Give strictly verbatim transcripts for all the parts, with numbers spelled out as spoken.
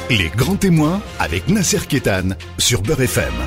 Les grands témoins avec Nasser Kétan sur Beurre F M.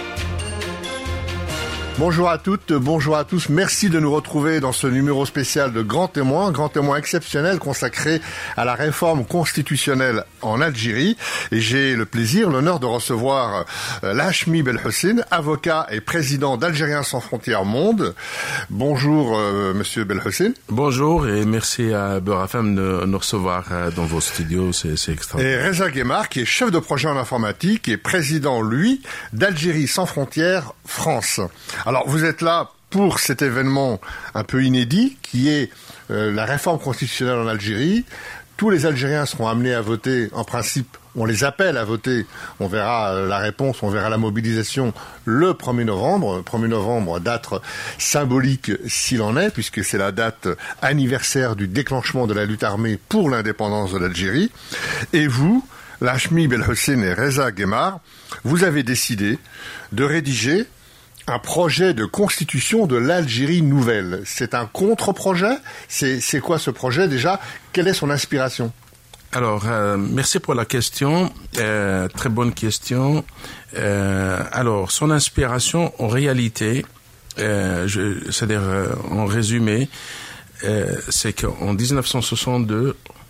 Bonjour à toutes, bonjour à tous. Merci de nous retrouver dans ce numéro spécial de Grands Témoins, Grands Témoins exceptionnel consacré à la réforme constitutionnelle en Algérie. Et j'ai le plaisir, l'honneur de recevoir euh, Lachmi Belhosseine, avocat et président d'Algériens sans frontières monde. Bonjour, euh, monsieur Belhosseine. Bonjour et merci à Beurre F M de nous recevoir dans vos studios, c'est, c'est extraordinaire. Et Reza Guémar, qui est chef de projet en informatique et président, lui, d'Algérie sans frontières France. Alors, vous êtes là pour cet événement un peu inédit, qui est euh, la réforme constitutionnelle en Algérie. Tous les Algériens seront amenés à voter, en principe, on les appelle à voter. On verra euh, la réponse, on verra la mobilisation le premier novembre. Le premier novembre, date symbolique s'il en est, puisque c'est la date anniversaire du déclenchement de la lutte armée pour l'indépendance de l'Algérie. Et vous, Lachmi Belhosseine et Reza Guémar, vous avez décidé de rédiger un projet de constitution de l'Algérie nouvelle. C'est un contre-projet ? C'est, c'est quoi ce projet déjà ? Quelle est son inspiration ? Alors, euh, merci pour la question. Euh, très bonne question. Euh, alors, son inspiration, en réalité, euh, je, c'est-à-dire euh, en résumé, euh, c'est qu'en dix-neuf cent soixante-deux,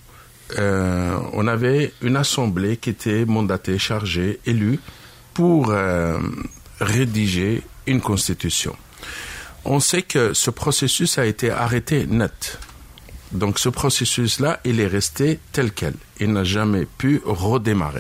euh, on avait une assemblée qui était mandatée, chargée, élue pour euh, rédiger une constitution. On sait que ce processus a été arrêté net. Donc ce processus-là, il est resté tel quel. Il n'a jamais pu redémarrer.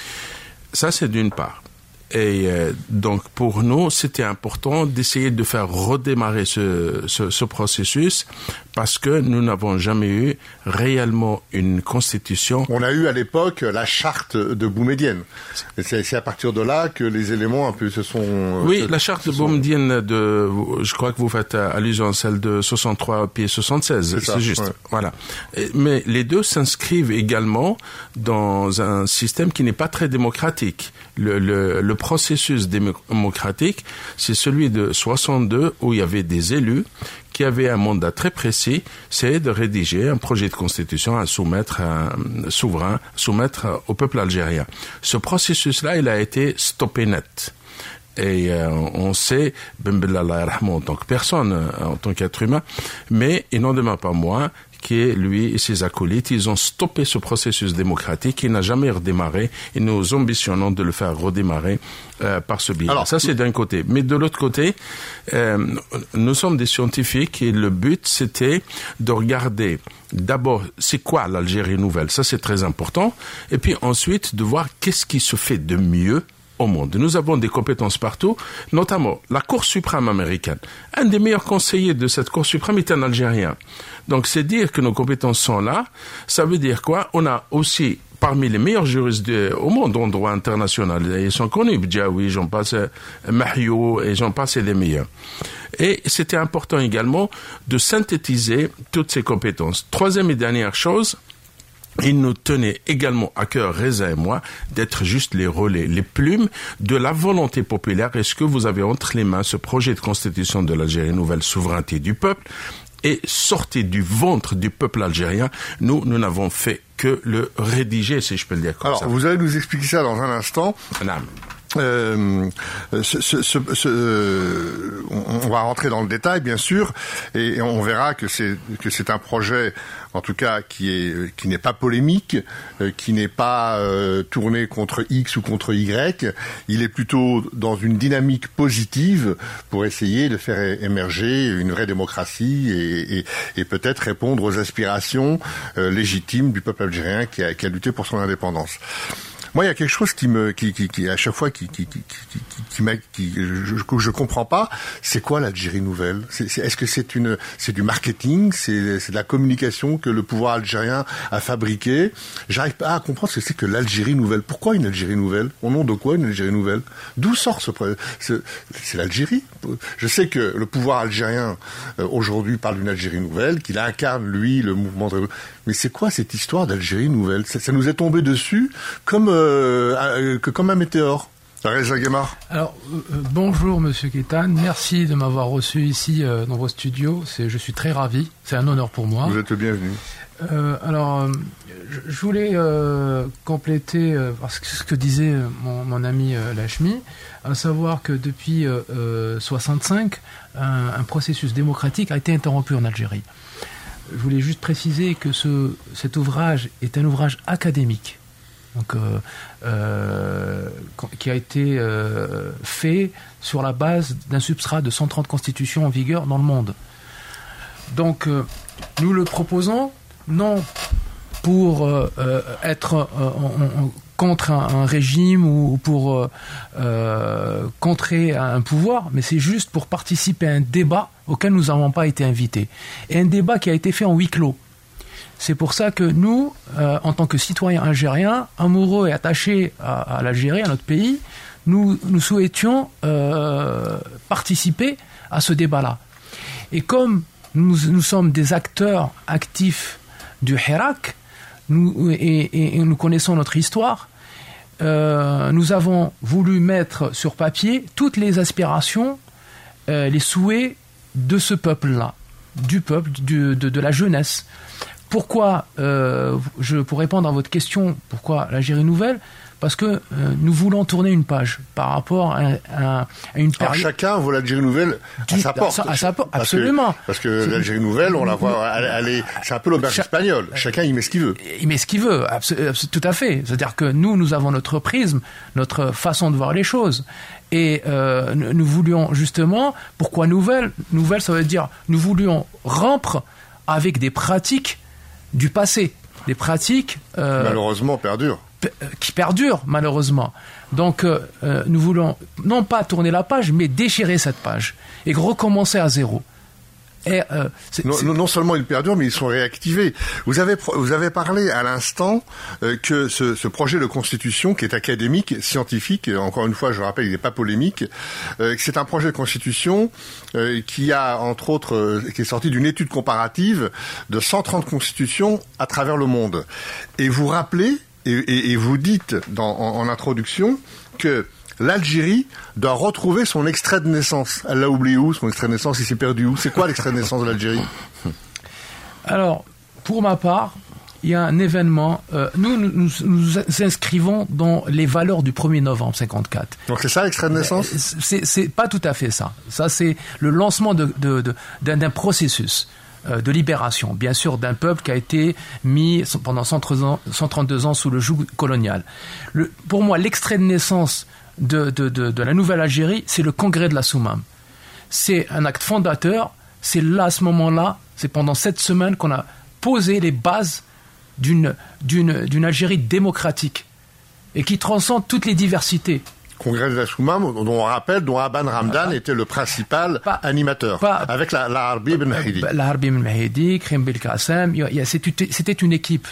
Ça, c'est d'une part. Et euh, donc pour nous, c'était important d'essayer de faire redémarrer ce, ce, ce processus parce que nous n'avons jamais eu réellement une constitution. On a eu à l'époque la charte de Boumedienne. Et c'est, c'est à partir de là que les éléments un peu se sont... Oui, se, la charte de sont... Boumedienne, de, je crois que vous faites allusion à celle de soixante-trois puis soixante-seize, c'est, c'est, c'est juste. Ouais. Voilà. Mais les deux s'inscrivent également dans un système qui n'est pas très démocratique. Le, le, le processus démocratique, c'est celui de soixante-deux où il y avait des élus qui avaient un mandat très précis, c'est de rédiger un projet de constitution à soumettre à un souverain, soumettre au peuple algérien. Ce processus-là, il a été stoppé net. Et euh, on sait, Ben Bella en tant que personne, en tant qu'être humain, mais il n'en demeure pas moins qui est, lui et ses acolytes, ils ont stoppé ce processus démocratique qui n'a jamais redémarré et nous ambitionnons de le faire redémarrer euh, par ce biais. Alors, ça, c'est d'un côté. Mais de l'autre côté, euh, nous sommes des scientifiques et le but, c'était de regarder d'abord, c'est quoi l'Algérie nouvelle ? Ça, c'est très important. Et puis ensuite, de voir qu'est-ce qui se fait de mieux au monde. Nous avons des compétences partout, notamment la Cour suprême américaine. Un des meilleurs conseillers de cette Cour suprême est un Algérien. Donc, c'est dire que nos compétences sont là. Ça veut dire quoi ? On a aussi parmi les meilleurs juristes de, au monde en droit international. Ils sont connus, Bdjaoui, j'en passe, Mahio, et j'en passe, et les meilleurs. Et c'était important également de synthétiser toutes ces compétences. Troisième et dernière chose, il nous tenait également à cœur, Reza et moi, d'être juste les relais, les plumes de la volonté populaire. Est-ce que vous avez entre les mains ce projet de constitution de l'Algérie nouvelle souveraineté du peuple et sorti du ventre du peuple algérien? Nous, nous n'avons fait que le rédiger, si je peux le dire comme Alors, ça. Alors, vous allez nous expliquer ça dans un instant. Non. Euh, ce, ce, ce, ce, euh, on va rentrer dans le détail, bien sûr, et on verra que c'est que c'est un projet, en tout cas, qui est qui n'est pas polémique, euh, qui n'est pas euh, tourné contre X ou contre Y. Il est plutôt dans une dynamique positive pour essayer de faire émerger une vraie démocratie et, et, et peut-être répondre aux aspirations euh, légitimes du peuple algérien qui a, qui a lutté pour son indépendance. Moi, il y a quelque chose qui me, qui, qui, qui à chaque fois, qui, qui, qui, qui, qui, m'a, qui, je, que je comprends pas. C'est quoi l'Algérie nouvelle ? c'est, c'est, Est-ce que c'est une, c'est du marketing ? C'est, c'est de la communication que le pouvoir algérien a fabriqué ? J'arrive pas à comprendre ce que c'est que l'Algérie nouvelle. Pourquoi une Algérie nouvelle ? Au nom de quoi une Algérie nouvelle ? D'où sort ce, ce, c'est l'Algérie ? Je sais que le pouvoir algérien euh, aujourd'hui parle d'une Algérie nouvelle, qu'il incarne lui le mouvement de... Mais c'est quoi cette histoire d'Algérie nouvelle ? ça, ça nous est tombé dessus comme euh, que comme un météore. Reza Guémar. Alors euh, bonjour Monsieur Kétan, merci de m'avoir reçu ici euh, dans vos studios. C'est, je suis très ravi, c'est un honneur pour moi. Vous êtes le bienvenu. Euh, alors, euh, je voulais euh, compléter euh, parce que ce que disait mon, mon ami euh, Lachmi, à savoir que depuis euh, soixante-cinq, un, un processus démocratique a été interrompu en Algérie. Je voulais juste préciser que ce, cet ouvrage est un ouvrage académique, donc, euh, euh, qui a été euh, fait sur la base d'un substrat de cent trente constitutions en vigueur dans le monde. Donc, euh, nous le proposons non pour euh, euh, être euh, en, en, contre un, un régime ou pour euh, euh, contrer un pouvoir, mais c'est juste pour participer à un débat auquel nous n'avons pas été invités. Et un débat qui a été fait en huis clos. C'est pour ça que nous, euh, en tant que citoyens algériens, amoureux et attachés à, à l'Algérie, à notre pays, nous, nous souhaitions euh, participer à ce débat-là. Et comme nous, nous sommes des acteurs actifs du Hirak, nous, et, et, et nous connaissons notre histoire, euh, nous avons voulu mettre sur papier toutes les aspirations, euh, les souhaits de ce peuple-là, du peuple, du, de, de la jeunesse. Pourquoi, euh, je, pour répondre à votre question, pourquoi l'Algérie nouvelle ? Parce que euh, nous voulons tourner une page par rapport à, à, à une période. Alors chacun voit l'Algérie nouvelle à sa porte. À sa porte, absolument. Parce que, parce que l'Algérie nouvelle, on la voit, elle, elle est, c'est un peu l'auberge Cha- espagnole. Chacun y met ce qu'il veut. Il met ce qu'il veut, absol- tout à fait. C'est-à-dire que nous, nous avons notre prisme, notre façon de voir les choses. Et euh, nous voulions justement, pourquoi nouvelle ? Nouvelle, ça veut dire, nous voulions rompre avec des pratiques du passé, des pratiques euh, malheureusement perdurent. qui perdurent malheureusement. Donc euh, nous voulons non pas tourner la page, mais déchirer cette page et recommencer à zéro. Et, euh, c'est, non, c'est... non seulement ils perdurent, mais ils sont réactivés. Vous avez vous avez parlé à l'instant euh, que ce, ce projet de constitution, qui est académique, scientifique, encore une fois, je rappelle, il n'est pas polémique, euh, c'est un projet de constitution euh, qui a entre autres euh, qui est sorti d'une étude comparative de cent trente constitutions à travers le monde. Et vous rappelez et, et, et vous dites dans, en, en introduction que l'Algérie doit retrouver son extrait de naissance. Elle l'a oublié où, son extrait de naissance? Il s'est perdu où? C'est quoi l'extrait de naissance de l'Algérie? Alors, pour ma part, il y a un événement. Euh, nous, nous, nous nous inscrivons dans les valeurs du premier novembre cinquante-quatre. Donc c'est ça l'extrait de naissance? C'est, c'est pas tout à fait ça. Ça, c'est le lancement de, de, de, d'un, d'un processus de libération, bien sûr, d'un peuple qui a été mis pendant cent trente-deux ans sous le joug colonial. Le, pour moi, l'extrait de naissance de, de, de, de la nouvelle Algérie, c'est le congrès de la Soumam. C'est un acte fondateur, c'est là, à ce moment-là, c'est pendant cette semaine qu'on a posé les bases d'une, d'une, d'une Algérie démocratique et qui transcende toutes les diversités. Congrès de la Soumam, dont on rappelle, dont Aban Ramdan ah, était le principal pas, animateur, pas, avec la, la Harbi Ben Mahidi. La Harbi Ben Mahidi, Krim Belkacem, c'était, c'était une équipe.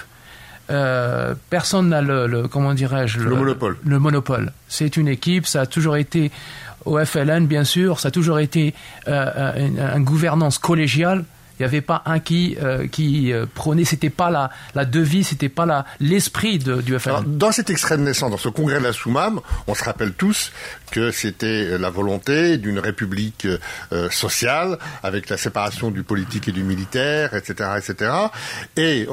Euh, personne n'a le, le comment dirais-je le, le monopole. Le monopole. C'est une équipe. Ça a toujours été au F L N, bien sûr. Ça a toujours été euh, une, une gouvernance collégiale. Il n'y avait pas un qui, euh, qui euh, prônait, c'était pas la, la devise, c'était pas la, l'esprit de, du F L N. Alors, dans cet extrait de naissance, dans ce congrès de la Soumam, on se rappelle tous que c'était la volonté d'une république euh, sociale, avec la séparation du politique et du militaire, et cetera, et cetera. Et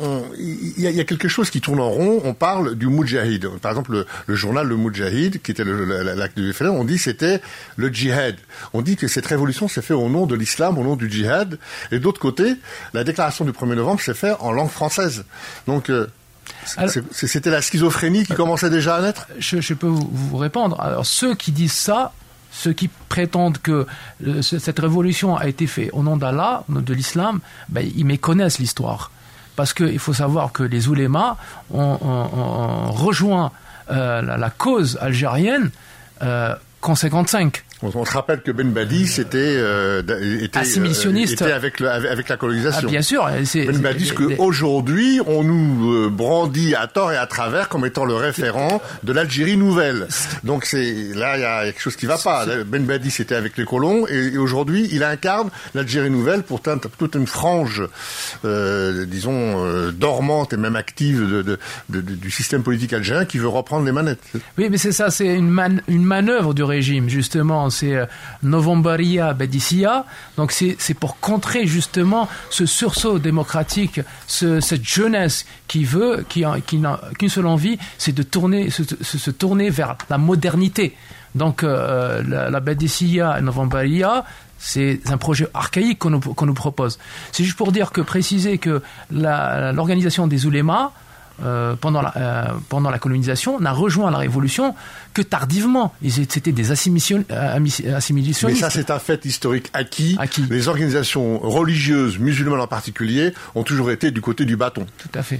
il y, y a quelque chose qui tourne en rond, on parle du Moudjahid. Par exemple, le, le journal Le Moudjahid, qui était le, le, l'acte du F L N, on dit que c'était le djihad. On dit que cette révolution s'est faite au nom de l'islam, au nom du djihad. Et d'autre côté, la déclaration du premier novembre s'est faite en langue française. Donc, euh, Alors, c'était la schizophrénie qui commençait déjà à naître? Je, je peux vous, vous répondre. Alors, ceux qui disent ça, ceux qui prétendent que euh, cette révolution a été faite au nom d'Allah, au nom de l'islam, ben, ils méconnaissent l'histoire. Parce qu'il faut savoir que les oulémas ont, ont, ont rejoint euh, la, la cause algérienne euh, qu'en cinquante-cinq. On se rappelle que Ben Badi c'était, euh, était, assimilationniste. était avec, le, avec la colonisation. Ah, bien sûr. C'est, Ben Badi, ce qu'aujourd'hui, on nous brandit à tort et à travers comme étant le référent de l'Algérie nouvelle. Donc c'est, là, il y a quelque chose qui ne va pas. Ben Badi, c'était avec les colons, et, et aujourd'hui, il incarne l'Algérie nouvelle pour toute une frange, euh, disons, euh, dormante et même active de, de, de, de, du système politique algérien qui veut reprendre les manettes. Oui, mais c'est ça, c'est une, man, une manœuvre du régime, justement. c'est euh, Novembaria Bedissia. Donc c'est, c'est pour contrer justement ce sursaut démocratique, ce, cette jeunesse qui veut, qui, qui n'a qu'une seule envie, c'est de tourner, se, se, se tourner vers la modernité. Donc euh, la, la Bedissia et Novembaria, c'est un projet archaïque qu'on nous, qu'on nous propose. C'est juste pour dire que, préciser que la, l'organisation des oulémas, Euh, pendant, la, euh, pendant la colonisation, n'a rejoint la révolution que tardivement. Ils, c'était des assimilation, assimilationnistes. Mais ça, c'est un fait historique acquis. acquis. Les organisations religieuses, musulmanes en particulier, ont toujours été du côté du bâton. Tout à fait.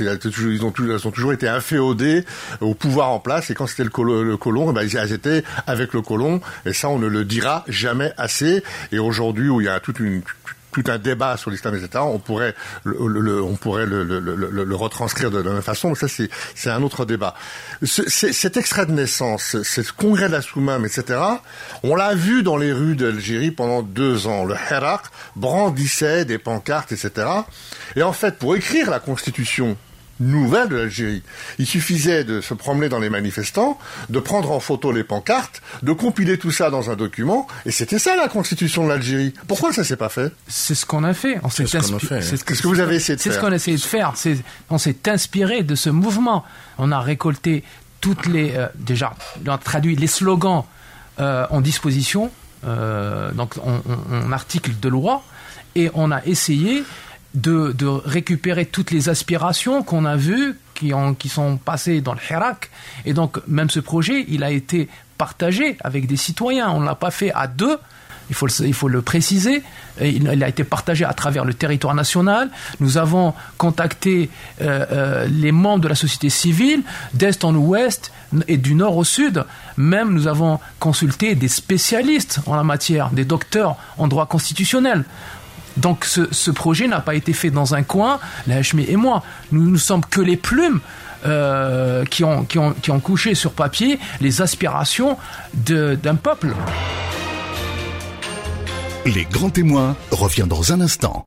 Ils ont, elles ont toujours été inféodées au pouvoir en place, et quand c'était le, colo, le colon, ben, elles étaient avec le colon, et ça, on ne le dira jamais assez. Et aujourd'hui, où il y a toute une... tout un débat sur l'islam, et cetera, on pourrait le, le, on pourrait le, le, le, le retranscrire de, de la même façon, mais ça, c'est, c'est un autre débat. Ce, c'est, cet extrait de naissance, ce congrès de la Soumam, et cetera, on l'a vu dans les rues d'Algérie pendant deux ans. Le Hirak brandissait des pancartes, et cetera. Et en fait, pour écrire la constitution nouvelle de l'Algérie, il suffisait de se promener dans les manifestants, de prendre en photo les pancartes, de compiler tout ça dans un document, et c'était ça la constitution de l'Algérie. Pourquoi ça s'est pas fait ? C'est ce qu'on a fait. On c'est s'est ce qu'on a inspi- fait. C'est ce que, ce que vous avez essayé de c'est faire. C'est ce qu'on a essayé de faire. C'est, on s'est inspiré de ce mouvement. On a récolté toutes les... Euh, déjà, on a traduit les slogans euh, en disposition, euh, donc en, en, en articles de loi, et on a essayé De, de récupérer toutes les aspirations qu'on a vues, qui, ont, qui sont passées dans le Hirak. Et donc, même ce projet, il a été partagé avec des citoyens. On ne l'a pas fait à deux, il faut le, il faut le préciser. Il, il a été partagé à travers le territoire national. Nous avons contacté euh, euh, les membres de la société civile, d'est en ouest et du nord au sud. Même, nous avons consulté des spécialistes en la matière, des docteurs en droit constitutionnel. Donc ce, ce projet n'a pas été fait dans un coin, la Hachmi et moi. Nous ne sommes que les plumes euh, qui, ont, qui, ont, qui ont couché sur papier les aspirations de, d'un peuple. Les grands témoins revient dans un instant.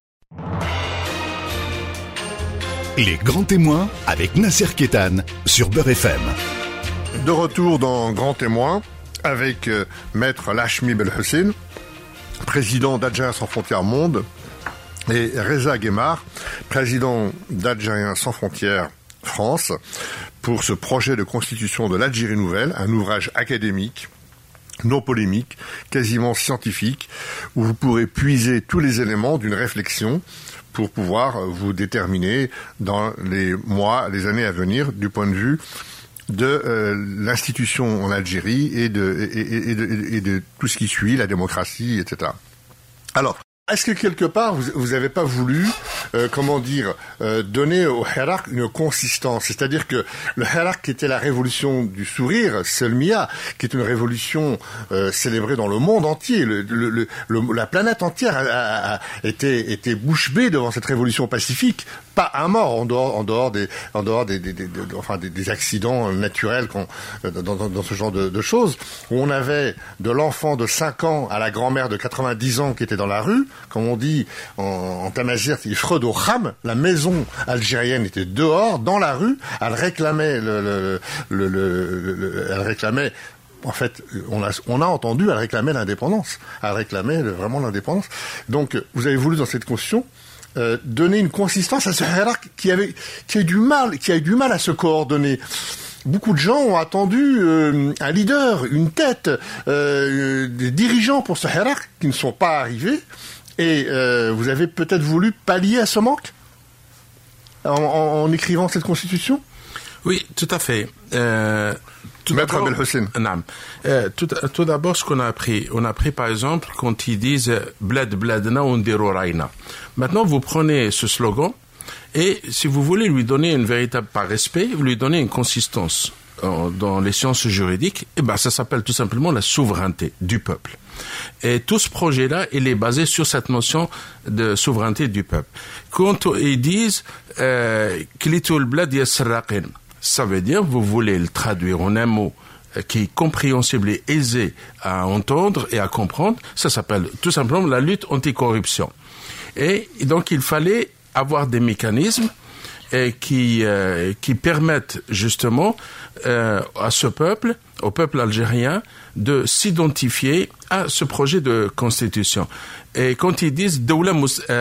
Les grands témoins avec Nasser Kétan sur Beurre F M. De retour dans Grand Témoin avec euh, Maître Lachmi Belhossein, président d'Algériens sans frontières monde, et Reza Guémard, président d'Algériens sans frontières France, pour ce projet de constitution de l'Algérie nouvelle, un ouvrage académique, non polémique, quasiment scientifique, où vous pourrez puiser tous les éléments d'une réflexion pour pouvoir vous déterminer dans les mois, les années à venir, du point de vue de euh, l'institution en Algérie et de, et, et, et, de, et de tout ce qui suit, la démocratie, et cetera. Alors, est-ce que quelque part, vous, vous avez pas voulu, euh, comment dire, euh, donner au Hirak une consistance ? C'est-à-dire que le Hirak, qui était la révolution du sourire, Selmia, qui est une révolution euh, célébrée dans le monde entier, le, le, le, le, la planète entière a, a, a été, était bouche bée devant cette révolution pacifique. Pas un mort en dehors, en dehors des, en dehors des, des, des, des enfin des, des accidents naturels qu'on, dans, dans, dans ce genre de, de choses, où on avait de l'enfant de cinq ans à la grand-mère de quatre-vingt-dix ans qui était dans la rue, comme on dit en, en tamazight, il freud au kham, la maison algérienne était dehors, dans la rue, elle réclamait le, le, le, le, le, le elle réclamait en fait, on a, on a entendu, elle réclamait l'indépendance, elle réclamait vraiment l'indépendance. Donc, vous avez voulu dans cette constitution Euh, donner une consistance à ce Hirak qui avait, qui a eu du mal, qui a eu du mal à se coordonner. Beaucoup de gens ont attendu euh, un leader, une tête, euh, des dirigeants pour ce Hirak qui ne sont pas arrivés. Et euh, vous avez peut-être voulu pallier à ce manque en, en, en écrivant cette constitution ? Oui, tout à fait. Euh, tout Maître d'abord, Belhossein. euh, tout, tout d'abord, ce qu'on a appris, on a appris par exemple quand ils disent Bled Bledna Undiru Raina. Maintenant, vous prenez ce slogan et si vous voulez lui donner une véritable, par respect, vous lui donnez une consistance euh, dans les sciences juridiques, et ben ça s'appelle tout simplement la souveraineté du peuple. Et tout ce projet-là, il est basé sur cette notion de souveraineté du peuple. Quand ils disent Klitul Bled Yasraqin, ça veut dire, vous voulez le traduire en un mot qui est compréhensible et aisé à entendre et à comprendre, ça s'appelle tout simplement la lutte anticorruption. Et donc, il fallait avoir des mécanismes et qui, euh, qui permettent justement euh, à ce peuple, au peuple algérien de s'identifier à ce projet de constitution. Et quand ils disent Dawla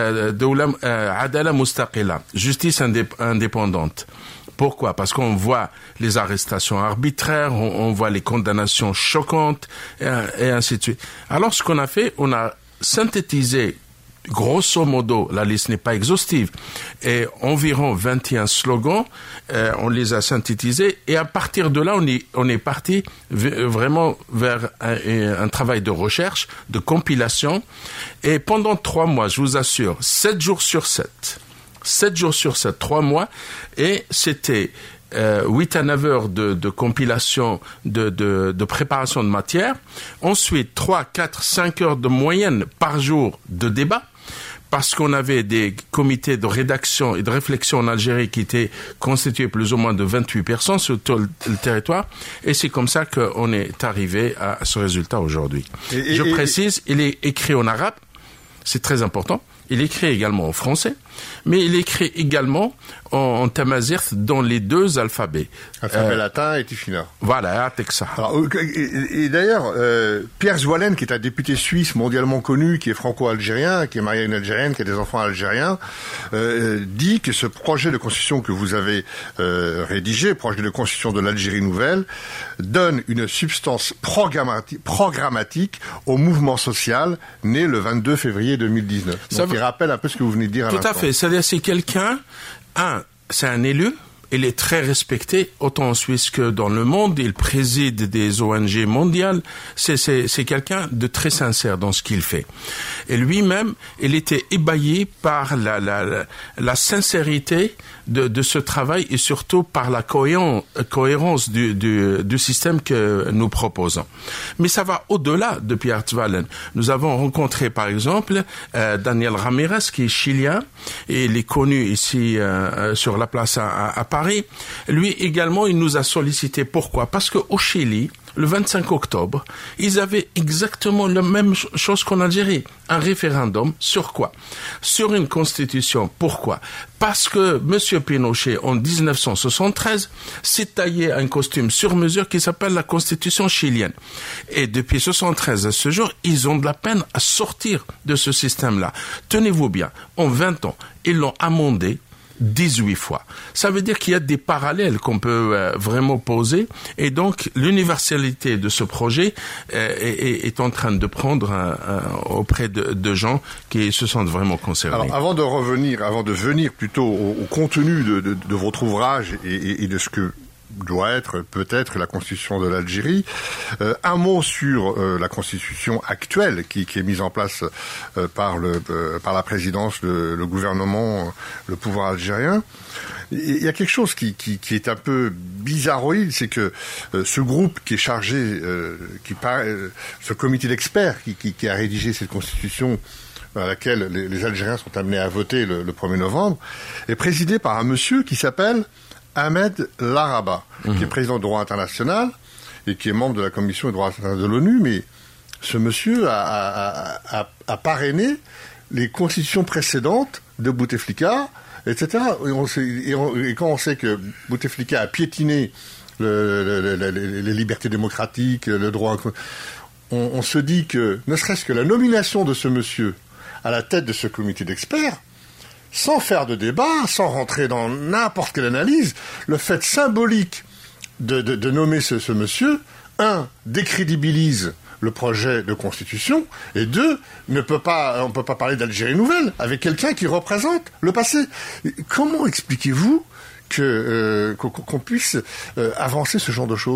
Adala Mustaqila, justice indép- indépendante. Pourquoi ? Parce qu'on voit les arrestations arbitraires, on, on voit les condamnations choquantes, et, et ainsi de suite. Alors, ce qu'on a fait, on a synthétisé, grosso modo, la liste n'est pas exhaustive, et environ vingt et un slogans, euh, on les a synthétisés, et à partir de là, on est, on est parti v- vraiment vers un, un travail de recherche, de compilation, et pendant trois mois, je vous assure, sept jours sur sept, sept jours sur sept, trois mois, et c'était euh, huit à neuf heures de, de compilation, de, de, de préparation de matière, ensuite trois, quatre, cinq heures de moyenne par jour de débat, parce qu'on avait des comités de rédaction et de réflexion en Algérie qui étaient constitués plus ou moins de vingt-huit personnes sur tout le, le territoire, et c'est comme ça qu'on est arrivé à ce résultat aujourd'hui. Et, et, Je précise, et... il est écrit en arabe, c'est très important. Il écrit également en français, mais il écrit également en, en tamazight dans les deux alphabets. Alphabet euh, latin et tifina. Voilà, Texa. Alors, et, et d'ailleurs, euh, Pierre Zoualen, qui est un député suisse mondialement connu, qui est franco-algérien, qui est marié à une Algérienne, qui a des enfants algériens, euh, dit que ce projet de constitution que vous avez euh, rédigé, projet de constitution de l'Algérie nouvelle, donne une substance programmatique, programmatique au mouvement social né le vingt-deux février deux mille dix-neuf. Donc, il rappelle un peu ce que vous venez de dire à l'instant. Tout à fait. C'est-à-dire, c'est quelqu'un, un, c'est un élu, il est très respecté, autant en Suisse que dans le monde, il préside des O N G mondiales, c'est, c'est, c'est quelqu'un de très sincère dans ce qu'il fait. Et lui-même, il était ébahi par la, la, la, la sincérité de, de ce travail et surtout par la cohérence, cohérence du, du, du système que nous proposons. Mais ça va au-delà de Pierre Zoualen. Nous avons rencontré, par exemple, euh, Daniel Ramirez, qui est chilien, et il est connu ici euh, sur la place à, à Paris. Lui également, il nous a sollicité. Pourquoi ? Parce qu'au Chili, le vingt-cinq octobre, ils avaient exactement la même chose qu'en Algérie. Un référendum sur quoi ? Sur une constitution. Pourquoi ? Parce que M. Pinochet, en dix-neuf cent soixante-treize, s'est taillé un costume sur mesure qui s'appelle la constitution chilienne. Et depuis soixante-treize à ce jour, ils ont de la peine à sortir de ce système-là. Tenez-vous bien, en vingt ans, ils l'ont amendé dix-huit fois. Ça veut dire qu'il y a des parallèles qu'on peut euh, vraiment poser, et donc l'universalité de ce projet euh, est, est en train de prendre un, un, auprès de, de gens qui se sentent vraiment concernés. Alors, avant de revenir, avant de venir plutôt au, au contenu de, de, de votre ouvrage et, et, et de ce que doit être peut-être la constitution de l'Algérie. Euh, un mot sur euh, la constitution actuelle qui, qui est mise en place euh, par, le, euh, par la présidence, le, le gouvernement, le pouvoir algérien. Il y a quelque chose qui, qui, qui est un peu bizarroïde, c'est que euh, ce groupe qui est chargé, euh, qui euh, ce comité d'experts qui, qui, qui a rédigé cette constitution à laquelle les, les Algériens sont amenés à voter le, le premier novembre, est présidé par un monsieur qui s'appelle Ahmed Laraba, mmh. qui est président de droit international et qui est membre de la commission des droits internationaux de l'ONU, mais ce monsieur a, a, a, a parrainé les constitutions précédentes de Bouteflika, et cetera. Et, on sait, et, on, et quand on sait que Bouteflika a piétiné le, le, le, le, les libertés démocratiques, le droit, on, on se dit que, ne serait-ce que la nomination de ce monsieur à la tête de ce comité d'experts, sans faire de débat, sans rentrer dans n'importe quelle analyse, le fait symbolique de, de, de nommer ce, ce monsieur, un, décrédibilise le projet de constitution, et deux, ne peut pas, on ne peut pas parler d'Algérie nouvelle avec quelqu'un qui représente le passé. Comment expliquez-vous que, euh, qu'on, qu'on puisse euh, avancer ce genre de choses ?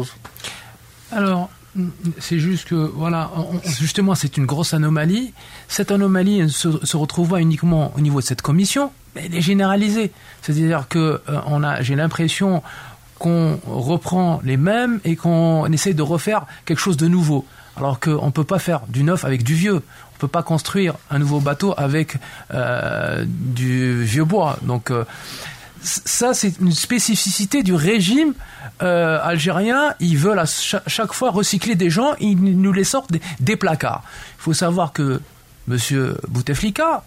Alors, c'est juste que, voilà, on, justement, c'est une grosse anomalie. Cette anomalie ne se, se retrouve pas uniquement au niveau de cette commission, mais elle est généralisée. C'est-à-dire que euh, on a, j'ai l'impression qu'on reprend les mêmes et qu'on essaie de refaire quelque chose de nouveau. Alors qu'on ne peut pas faire du neuf avec du vieux. On ne peut pas construire un nouveau bateau avec euh, du vieux bois. Donc, euh, ça, c'est une spécificité du régime euh, algérien. Ils veulent à chaque, chaque fois recycler des gens, ils nous les sortent des, des placards. Il faut savoir que M. Bouteflika,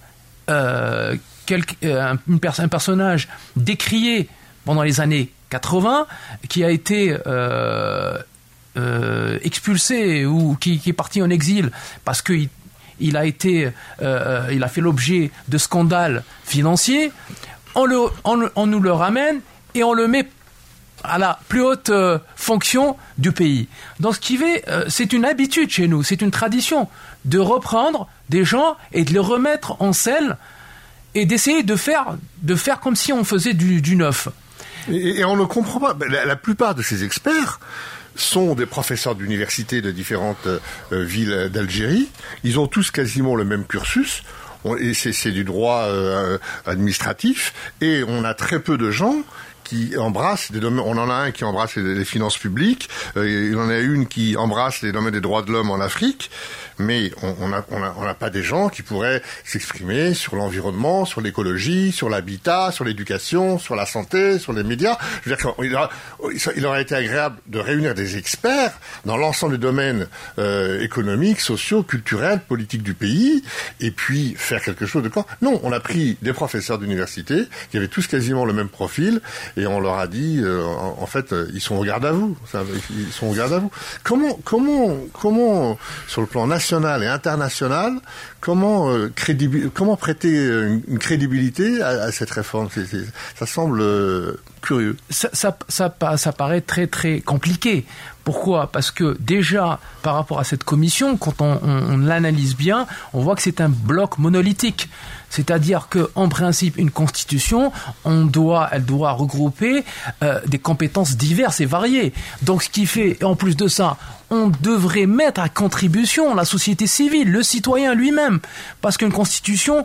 euh, quel, un, un personnage décrié pendant les années quatre-vingts, qui a été euh, euh, expulsé ou qui, qui est parti en exil parce qu'il il a été, euh, il a fait l'objet de scandales financiers, on, le, on, on nous le ramène et on le met à la plus haute euh, fonction du pays. Donc, ce qui fait, euh, c'est une habitude chez nous, c'est une tradition de reprendre des gens et de les remettre en selle et d'essayer de faire, de faire comme si on faisait du, du neuf. Et, et on ne comprend pas. La, la plupart de ces experts sont des professeurs d'université de différentes euh, villes d'Algérie. Ils ont tous quasiment le même cursus. On, et c'est, c'est du droit euh, administratif. Et on a très peu de gens qui embrassent des domaines. On en a un qui embrasse les, les finances publiques. Euh, il en a une qui embrasse les domaines des droits de l'homme en Afrique. Mais on n'a on a, on a pas des gens qui pourraient s'exprimer sur l'environnement, sur l'écologie, sur l'habitat, sur l'éducation, sur la santé, sur les médias. Je veux dire qu'il aura, il aurait été agréable de réunir des experts dans l'ensemble des domaines euh, économiques, sociaux, culturels, politiques du pays, et puis faire quelque chose de corps. Non, on a pris des professeurs d'université qui avaient tous quasiment le même profil, et on leur a dit, euh, en, en fait, ils sont au garde à vous. Ils sont au garde à vous. Comment, comment, comment, sur le plan national et international, comment, euh, crédibi- comment prêter une, une crédibilité à, à cette réforme? c'est, c'est, Ça semble euh, curieux. Ça, ça, ça, ça paraît très très compliqué. Pourquoi ? Parce que déjà, par rapport à cette commission, quand on, on, on l'analyse bien, on voit que c'est un bloc monolithique. C'est-à-dire qu'en principe, une constitution, on doit, elle doit regrouper euh, des compétences diverses et variées. Donc, ce qui fait, et en plus de ça, on devrait mettre à contribution la société civile, le citoyen lui-même, parce qu'une constitution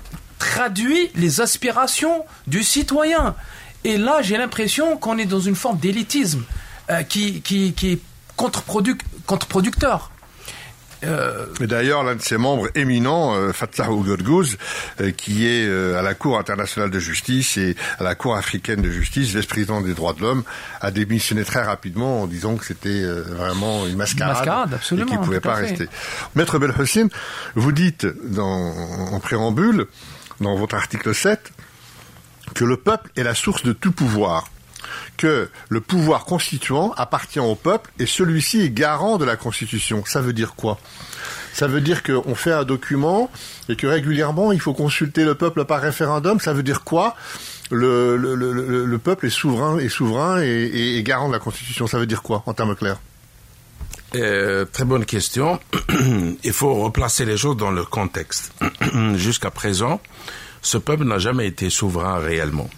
traduit les aspirations du citoyen. Et là, j'ai l'impression qu'on est dans une forme d'élitisme euh, qui, qui, qui est contre-produc- contre-producteur. Euh... Et d'ailleurs, l'un de ses membres éminents, euh, Fattah Ougodgouz, euh, qui est euh, à la Cour internationale de justice et à la Cour africaine de justice, vice-président des droits de l'homme, a démissionné très rapidement en disant que c'était euh, vraiment une mascarade, mascarade absolument, et qu'il ne pouvait pas rester. Maître Belhossein, vous dites dans, en préambule, dans votre article sept, que le peuple est la source de tout pouvoir, que le pouvoir constituant appartient au peuple et celui-ci est garant de la Constitution. Ça veut dire quoi ? Ça veut dire qu'on fait un document et que régulièrement il faut consulter le peuple par référendum. Ça veut dire quoi ? le, le, le, le peuple est souverain, est souverain et, et, et garant de la Constitution. Ça veut dire quoi en termes clairs ? Euh, très bonne question. Il faut replacer les choses dans le contexte. Jusqu'à présent, ce peuple n'a jamais été souverain réellement.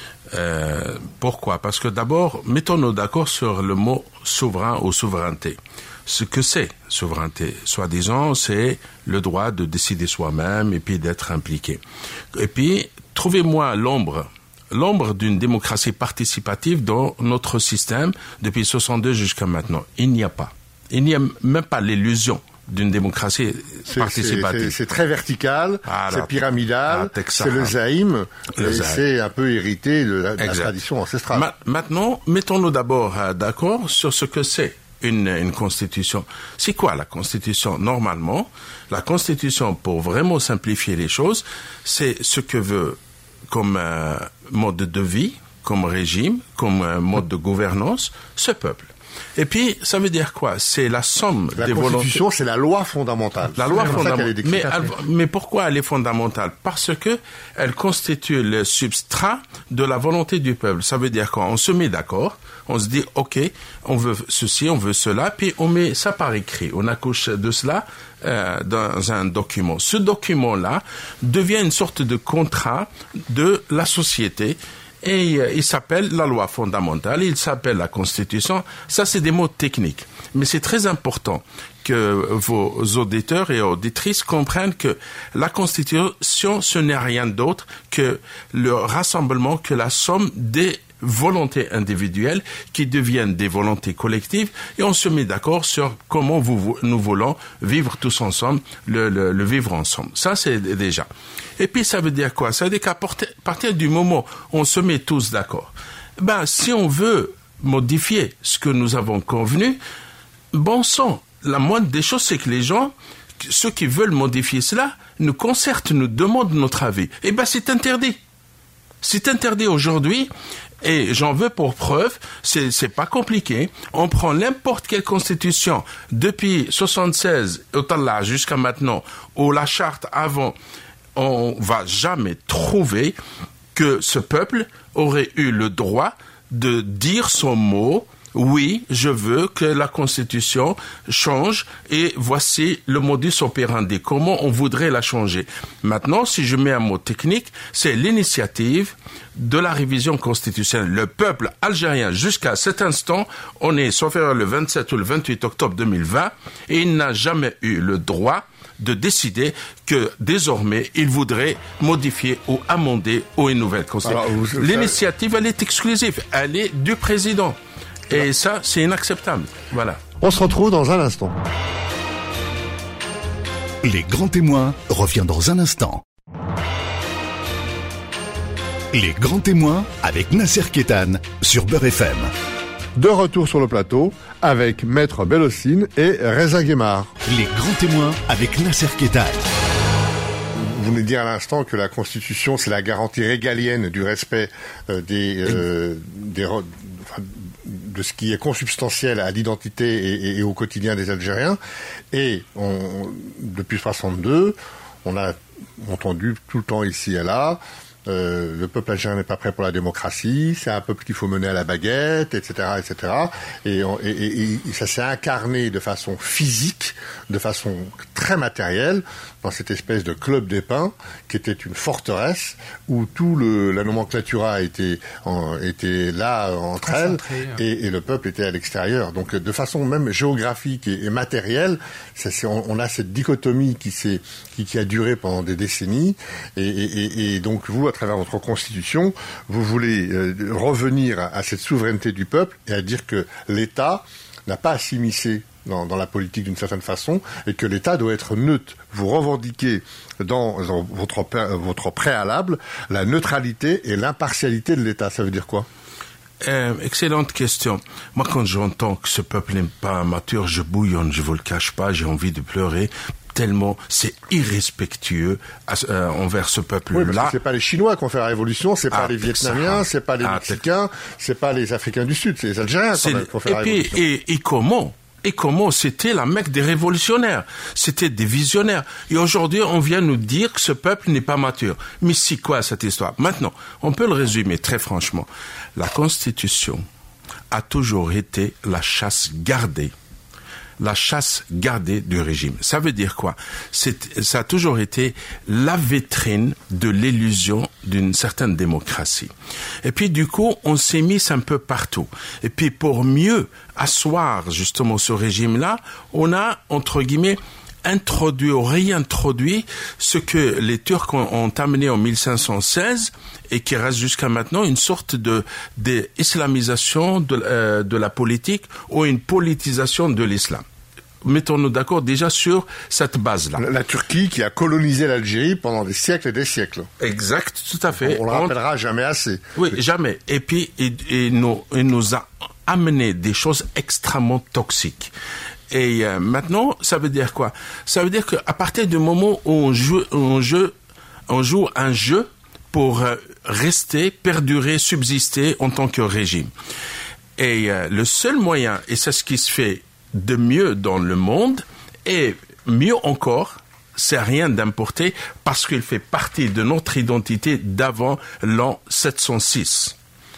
Euh, pourquoi ? Parce que d'abord, mettons-nous d'accord sur le mot souverain ou souveraineté. Ce que c'est, souveraineté, soi-disant, c'est le droit de décider soi-même et puis d'être impliqué. Et puis, trouvez-moi l'ombre, l'ombre d'une démocratie participative dans notre système depuis soixante-deux jusqu'à maintenant. Il n'y a pas. Il n'y a même pas l'illusion d'une démocratie c'est, participative. C'est, c'est, c'est très vertical, ah, c'est pyramidal, ah, c'est le zaïm, le et zaïm. C'est un peu hérité de la, de la tradition ancestrale. Ma- maintenant, mettons-nous d'abord euh, d'accord sur ce que c'est une, une constitution. C'est quoi la constitution ? Normalement, la constitution, pour vraiment simplifier les choses, c'est ce que veut comme euh, mode de vie, comme régime, comme euh, mode de gouvernance, ce peuple. Et puis, ça veut dire quoi ? C'est la somme la des volontés. La Constitution, c'est la loi fondamentale. La loi fondamentale. Mais, mais pourquoi elle est fondamentale ? Parce que elle constitue le substrat de la volonté du peuple. Ça veut dire quoi ? On se met d'accord, on se dit, ok, on veut ceci, on veut cela, puis on met ça par écrit. On accouche de cela euh, dans un document. Ce document-là devient une sorte de contrat de la société. Et euh, il s'appelle la loi fondamentale, il s'appelle la Constitution. Ça, c'est des mots techniques. Mais c'est très important que vos auditeurs et auditrices comprennent que la Constitution, ce n'est rien d'autre que le rassemblement, que la somme des volontés individuelles qui deviennent des volontés collectives et on se met d'accord sur comment vous, nous voulons vivre tous ensemble, le, le, le vivre ensemble. Ça, c'est déjà. Et puis, ça veut dire quoi ? Ça veut dire qu'à partir du moment où on se met tous d'accord, ben, si on veut modifier ce que nous avons convenu, bon sang, la moindre des choses, c'est que les gens, ceux qui veulent modifier cela, nous concertent, nous demandent notre avis. Eh ben, c'est interdit. C'est interdit aujourd'hui Et j'en veux pour preuve, c'est, c'est pas compliqué. On prend n'importe quelle constitution depuis soixante-seize au Tallah jusqu'à maintenant, ou la charte avant, on va jamais trouver que ce peuple aurait eu le droit de dire son mot. Oui, je veux que la Constitution change et voici le modus operandi. Comment on voudrait la changer? Maintenant, si je mets un mot technique, c'est l'initiative de la révision constitutionnelle. Le peuple algérien, jusqu'à cet instant, on est, sauf erreur, le vingt-sept ou le vingt-huit octobre deux mille vingt, et il n'a jamais eu le droit de décider que désormais il voudrait modifier ou amender ou une nouvelle constitution. Alors, vous, L'initiative, elle est exclusive, elle est du président. Et ça, c'est inacceptable. Voilà. On se retrouve dans un instant. Les grands témoins revient dans un instant. Les grands témoins avec Nasser Kétan sur Beurre F M. De retour sur le plateau avec Maître Bellocine et Reza Guémard. Les grands témoins avec Nasser Kétan. Vous venez de dire à l'instant que la Constitution, c'est la garantie régalienne du respect euh, des, euh, des enfin, de ce qui est consubstantiel à l'identité et, et au quotidien des Algériens. Et on, depuis soixante-deux, on a entendu tout le temps ici et là, euh, le peuple algérien n'est pas prêt pour la démocratie, c'est un peuple qu'il faut mener à la baguette, et cetera, et cetera. Et, on, et, et, et ça s'est incarné de façon physique, de façon très matérielle, dans cette espèce de club des pins qui était une forteresse où tout le la nomenclatura était en, était là entre elles et, et le peuple était à l'extérieur. Donc de façon même géographique et, et matérielle, ça, c'est, on, on a cette dichotomie qui s'est qui, qui a duré pendant des décennies et, et, et donc vous à travers votre constitution, vous voulez euh, revenir à, à cette souveraineté du peuple et à dire que l'État n'a pas à s'immiscer Dans, dans la politique d'une certaine façon, et que l'État doit être neutre. Vous revendiquez dans, dans votre, votre préalable la neutralité et l'impartialité de l'État. Ça veut dire quoi? Euh, excellente question. Moi, quand j'entends que ce peuple n'est pas mature, je bouillonne, je vous le cache pas, j'ai envie de pleurer, tellement c'est irrespectueux à, euh, envers ce peuple-là. Oui, parce que c'est pas les Chinois qui ont fait la révolution, c'est pas ah, les Vietnamiens, c'est pas les ah, Mexicains, c'est pas les Africains du Sud, c'est les Algériens qui ont fait la révolution. Et, et comment Et comment c'était la Mecque des révolutionnaires, c'était des visionnaires. Et aujourd'hui, on vient nous dire que ce peuple n'est pas mature. Mais c'est quoi cette histoire? Maintenant, on peut le résumer très franchement. La Constitution a toujours été la chasse gardée. La chasse gardée du régime. Ça veut dire quoi? C'est, ça a toujours été la vitrine de l'illusion d'une certaine démocratie. Et puis du coup, on s'est mis un peu partout. Et puis pour mieux asseoir justement ce régime-là, on a, entre guillemets, introduit ou réintroduit ce que les Turcs ont, ont amené en mille cinq cent seize et qui reste jusqu'à maintenant une sorte de, de islamisation de, euh, de la politique ou une politisation de l'islam. Mettons-nous d'accord déjà sur cette base-là. La, la Turquie qui a colonisé l'Algérie pendant des siècles et des siècles. Exact, tout à fait. On, on le rappellera On... jamais assez. Oui, Mais... jamais. Et puis, il, il, nous, il nous a amené des choses extrêmement toxiques. Et euh, maintenant, ça veut dire quoi? Ça veut dire qu'à partir du moment où on joue, on joue, on joue un jeu pour euh, rester, perdurer, subsister en tant que régime. Et euh, le seul moyen, et c'est ce qui se fait de mieux dans le monde, et mieux encore, c'est rien d'importer parce qu'il fait partie de notre identité d'avant l'an sept cent six.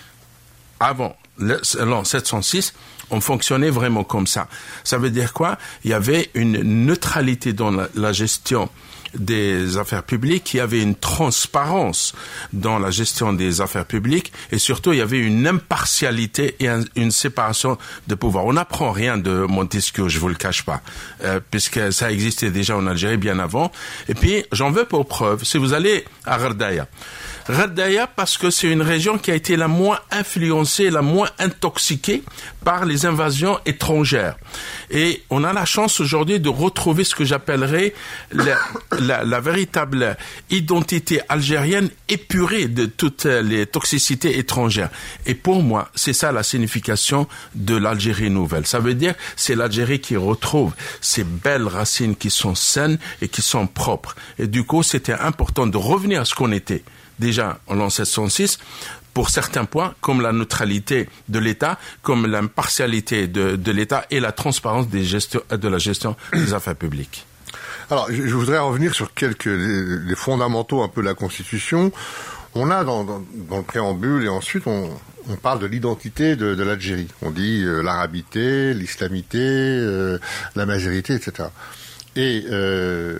Avant l'an sept cent six, on fonctionnait vraiment comme ça. Ça veut dire quoi? Il y avait une neutralité dans la, la gestion des affaires publiques, il y avait une transparence dans la gestion des affaires publiques et surtout il y avait une impartialité et un, une séparation de pouvoir. On n'apprend rien de Montesquieu, je vous le cache pas, euh, puisque ça existait déjà en Algérie bien avant. Et puis j'en veux pour preuve, si vous allez à Ghardaïa, Ghardaïa parce que c'est une région qui a été la moins influencée, la moins intoxiquée par les invasions étrangères. Et on a la chance aujourd'hui de retrouver ce que j'appellerais la, la, la véritable identité algérienne épurée de toutes les toxicités étrangères. Et pour moi, c'est ça la signification de l'Algérie nouvelle. Ça veut dire c'est l'Algérie qui retrouve ces belles racines qui sont saines et qui sont propres. Et du coup, c'était important de revenir à ce qu'on était déjà en l'an sept cent six, pour certains points, comme la neutralité de l'État, comme l'impartialité de, de l'État et la transparence des gestion, de la gestion des affaires publiques. Alors, je, je voudrais revenir sur quelques les, les fondamentaux un peu de la Constitution. On a dans, dans, dans le préambule et ensuite on, on parle de l'identité de, de l'Algérie. On dit euh, l'arabité, l'islamité, euh, la mazérité, et cetera. Et euh,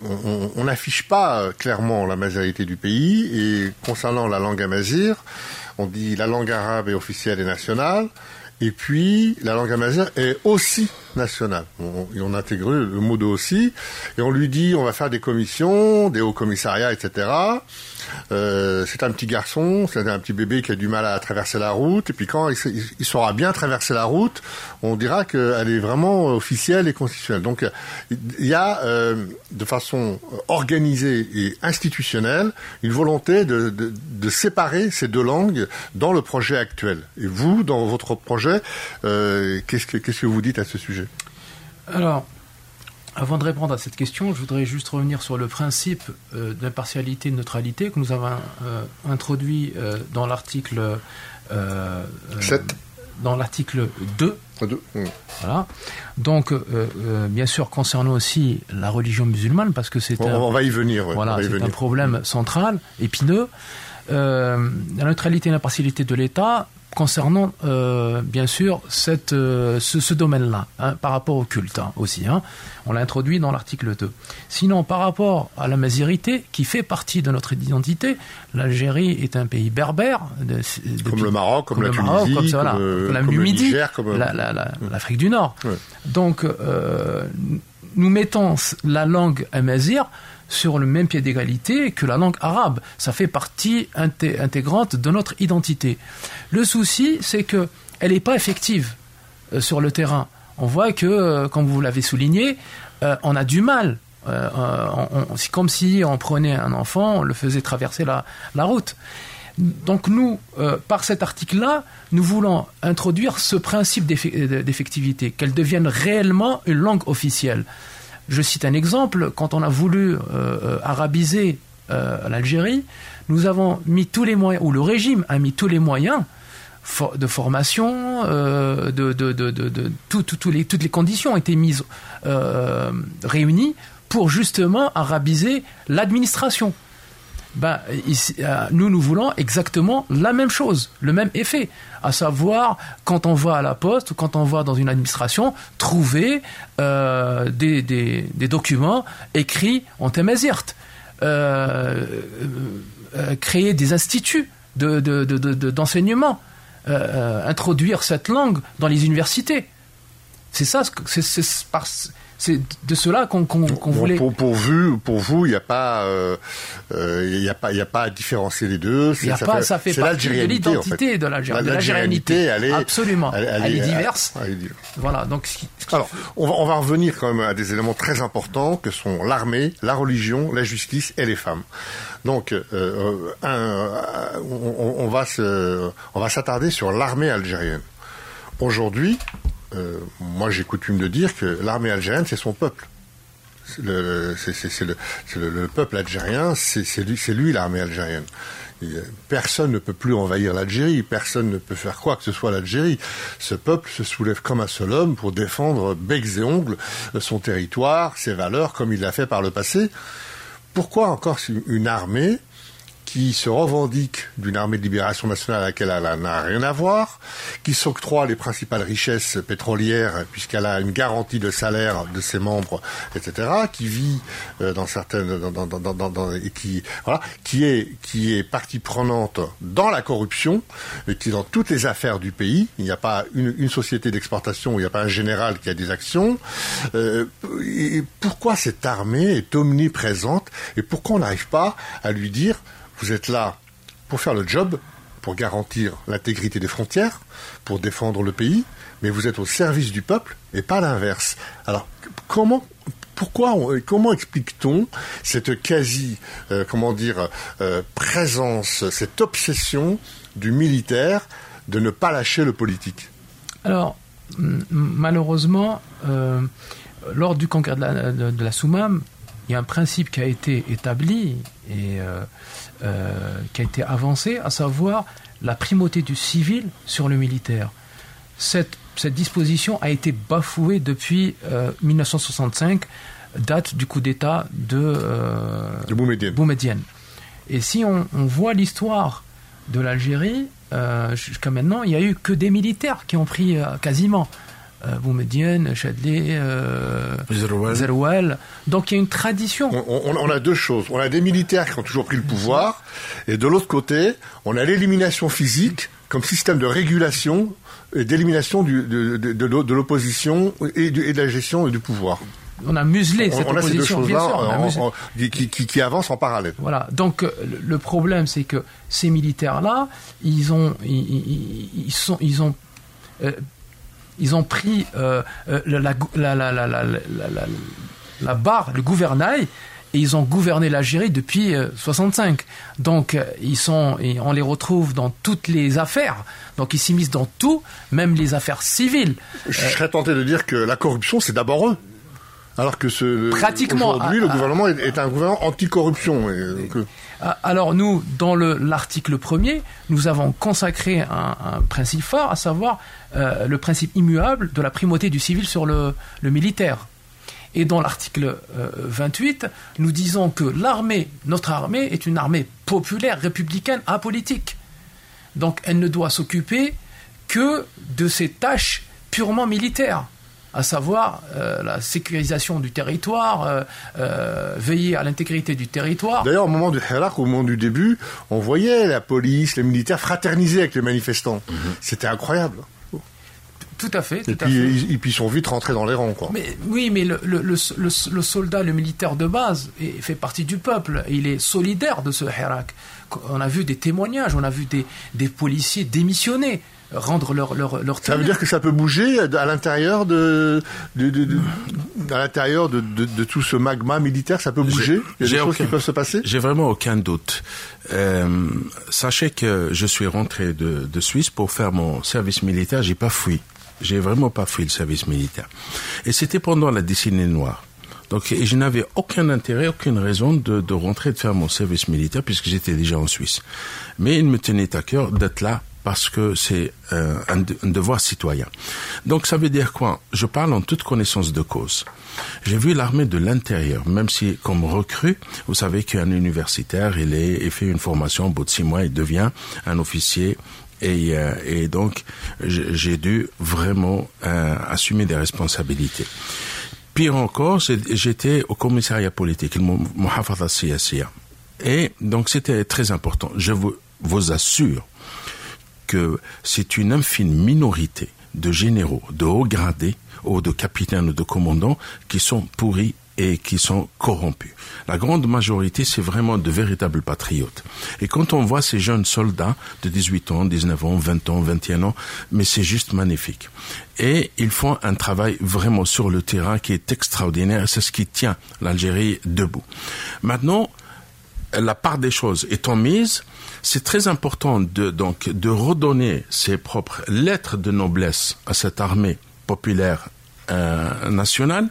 on n'affiche pas clairement la mazérité du pays. Et concernant la langue amazigh, on dit la langue arabe est officielle et nationale. Et puis, la langue amazigh est aussi nationale. On, et on intègre le mot de aussi. Et on lui dit, on va faire des commissions, des hauts commissariats, et cetera. Euh, c'est un petit garçon, c'est un petit bébé qui a du mal à traverser la route. Et puis quand il, il saura bien traverser la route, on dira qu'elle est vraiment officielle et constitutionnelle. Donc, il y a, euh, de façon organisée et institutionnelle, une volonté de, de, de séparer ces deux langues dans le projet actuel. Et vous, dans votre projet, euh, qu'est-ce que, qu'est-ce que vous dites à ce sujet ? Alors, avant de répondre à cette question, je voudrais juste revenir sur le principe euh, d'impartialité et de neutralité que nous avons euh, introduit euh, dans l'article euh, sept. Dans l'article deux. deux. Mmh. Voilà. Donc, euh, euh, bien sûr, concernant aussi la religion musulmane, parce que c'est on, un, on va y venir. Ouais, voilà, on va y c'est venir. un problème central, épineux. Euh, la neutralité et l'impartialité de l'État concernant, euh, bien sûr, cette, euh, ce, ce domaine-là, hein, par rapport au culte hein, aussi. Hein, on l'a introduit dans l'article deux. Sinon, par rapport à la mazérité, qui fait partie de notre identité, l'Algérie est un pays berbère. De, de, comme depuis, le Maroc, comme, comme la le Tunisie, Maroc, comme, ça, voilà, comme, comme, comme le Midi, Niger, comme la, la, la, ouais. l'Afrique du Nord. Ouais. Donc, euh, nous mettons la langue amazigh sur le même pied d'égalité que la langue arabe. Ça fait partie inté- intégrante de notre identité. Le souci, c'est qu'elle n'est pas effective euh, sur le terrain. On voit que, euh, comme vous l'avez souligné, euh, on a du mal. Euh, on, on, c'est comme si on prenait un enfant, on le faisait traverser la, la route. Donc nous, euh, par cet article-là, nous voulons introduire ce principe d'eff- d'effectivité, qu'elle devienne réellement une langue officielle. Je cite un exemple, quand on a voulu euh, arabiser euh, l'Algérie, nous avons mis tous les moyens, ou le régime a mis tous les moyens for- de formation, euh, de, de, de, de, de tout, tout, tout les, toutes les conditions ont été mises, euh, réunies pour justement arabiser l'administration. Ben, ici, euh, nous, nous voulons exactement la même chose, le même effet, à savoir, quand on va à la poste ou quand on va dans une administration, trouver euh, des, des, des documents écrits en tamazight, euh, euh, créer des instituts de, de, de, de, d'enseignement, euh, introduire cette langue dans les universités. C'est ça, c'est, c'est, c'est par... C'est de cela qu'on, qu'on, qu'on bon, voulait. Pour, pour, vous, pour vous, il n'y a pas, euh, il y a pas, il y a pas à différencier les deux. Il y a ça, pas, fait, ça fait c'est partie de l'identité en fait. de l'Algérie. De l'algérianité, elle est absolument. Elle, elle, elle est diverse. Elle est diverse. Voilà. Donc. Alors, on va, on va revenir quand même à des éléments très importants que sont l'armée, la religion, la justice et les femmes. Donc, euh, un, on, on va se, on va s'attarder sur l'armée algérienne. Aujourd'hui. Euh, moi, j'ai coutume de dire que l'armée algérienne, c'est son peuple. C'est le, c'est, c'est, c'est le, c'est le, le peuple algérien, c'est, c'est, lui, c'est lui l'armée algérienne. Et personne ne peut plus envahir l'Algérie, personne ne peut faire quoi que ce soit à l'Algérie. Ce peuple se soulève comme un seul homme pour défendre becs et ongles son territoire, ses valeurs, comme il l'a fait par le passé. Pourquoi encore une armée qui se revendique d'une armée de libération nationale à laquelle elle n'a rien à voir, qui s'octroie les principales richesses pétrolières puisqu'elle a une garantie de salaire de ses membres, et cetera, qui vit euh, dans certaines, dans, dans, dans, dans, dans, et qui, voilà, qui est, qui est partie prenante dans la corruption, et qui est dans toutes les affaires du pays. Il n'y a pas une, une société d'exportation où il n'y a pas un général qui a des actions. Euh, et pourquoi cette armée est omniprésente et pourquoi on n'arrive pas à lui dire vous êtes là pour faire le job, pour garantir l'intégrité des frontières, pour défendre le pays, mais vous êtes au service du peuple et pas l'inverse. Alors, comment, pourquoi, comment explique-t-on cette quasi, euh, comment dire, euh, présence, cette obsession du militaire de ne pas lâcher le politique ? Alors, m- malheureusement, euh, lors du congrès de la, de, de la Soumam, il y a un principe qui a été établi et euh, euh, qui a été avancé, à savoir la primauté du civil sur le militaire. Cette, cette disposition a été bafouée depuis euh, mille neuf cent soixante-cinq, date du coup d'État de, euh, de Boumedienne. Boumedienne. Et si on, on voit l'histoire de l'Algérie, euh, jusqu'à maintenant, il n'y a eu que des militaires qui ont pris euh, quasiment euh, Boumedienne, Chadli, euh, Zeroual. Donc il y a une tradition. On, on, on a deux choses. On a des militaires qui ont toujours pris le pouvoir, et de l'autre côté, on a l'élimination physique comme système de régulation et d'élimination du, de, de, de, de l'opposition et, du, et de la gestion du pouvoir. On a muselé cette on, on a opposition, ces deux bien sûr. en, en, en, qui, qui, qui avancent en parallèle. Voilà. Donc le problème, c'est que ces militaires-là, ils ont, ils, ils, ils sont, ils ont, euh, ils ont pris euh, la, la, la, la, la, la, la, la barre, le gouvernail, et ils ont gouverné l'Algérie depuis euh, soixante-cinq. Donc ils sont, et on les retrouve dans toutes les affaires. Donc ils s'immiscent dans tout, même les affaires civiles. Je serais tenté de dire que la corruption, c'est d'abord eux. Alors que ce, pratiquement aujourd'hui, à, le gouvernement à, est un gouvernement anti-corruption. Et, que... Alors nous, dans le, l'article premier, nous avons consacré un, un principe fort, à savoir euh, le principe immuable de la primauté du civil sur le, le militaire. Et dans l'article euh, vingt-huit, nous disons que l'armée, notre armée, est une armée populaire, républicaine, apolitique. Donc elle ne doit s'occuper que de ses tâches purement militaires, à savoir euh, la sécurisation du territoire, euh, euh, veiller à l'intégrité du territoire. D'ailleurs, au moment du Hirak, au moment du début, on voyait la police, les militaires fraterniser avec les manifestants. Mmh. C'était incroyable. Tout à fait. Tout et, à puis, fait. Ils, et puis ils sont vite rentrés dans les rangs, quoi. Mais, oui, mais le, le, le, le, le soldat, le militaire de base, est, fait partie du peuple. Et il est solidaire de ce Hirak. On a vu des témoignages, on a vu des, des policiers démissionner, rendre leur leur leur Ça veut dire que ça peut bouger à l'intérieur de, de, de, de à l'intérieur de, de, de tout ce magma militaire, ça peut bouger. Il y a des choses aucun, qui peuvent se passer. J'ai vraiment aucun doute. Euh, sachez que je suis rentré de, de Suisse pour faire mon service militaire. J'ai pas fui. J'ai vraiment pas fui le service militaire. Et c'était pendant la décennie noire. Donc, et je n'avais aucun intérêt, aucune raison de, de rentrer et de faire mon service militaire puisque j'étais déjà en Suisse. Mais il me tenait à cœur d'être là parce que c'est euh, un, de, un devoir citoyen. Donc, ça veut dire quoi? Je parle en toute connaissance de cause. J'ai vu l'armée de l'intérieur, même si, comme recrue, vous savez qu'un universitaire, il, est, il fait une formation, au bout de six mois, il devient un officier. Et, euh, et donc, j'ai dû vraiment euh, assumer des responsabilités. Pire encore, j'étais au commissariat politique, le Muhafaza Siyasiya. Et donc, c'était très important. Je vous, vous assure que c'est une infime minorité de généraux, de hauts gradés, ou de capitaines ou de commandants qui sont pourris et qui sont corrompus. La grande majorité, c'est vraiment de véritables patriotes. Et quand on voit ces jeunes soldats de dix-huit ans, dix-neuf ans, vingt ans, vingt et un ans, mais c'est juste magnifique. Et ils font un travail vraiment sur le terrain qui est extraordinaire. C'est ce qui tient l'Algérie debout. Maintenant, la part des choses étant mise, c'est très important de, donc, de redonner ses propres lettres de noblesse à cette armée populaire euh, nationale.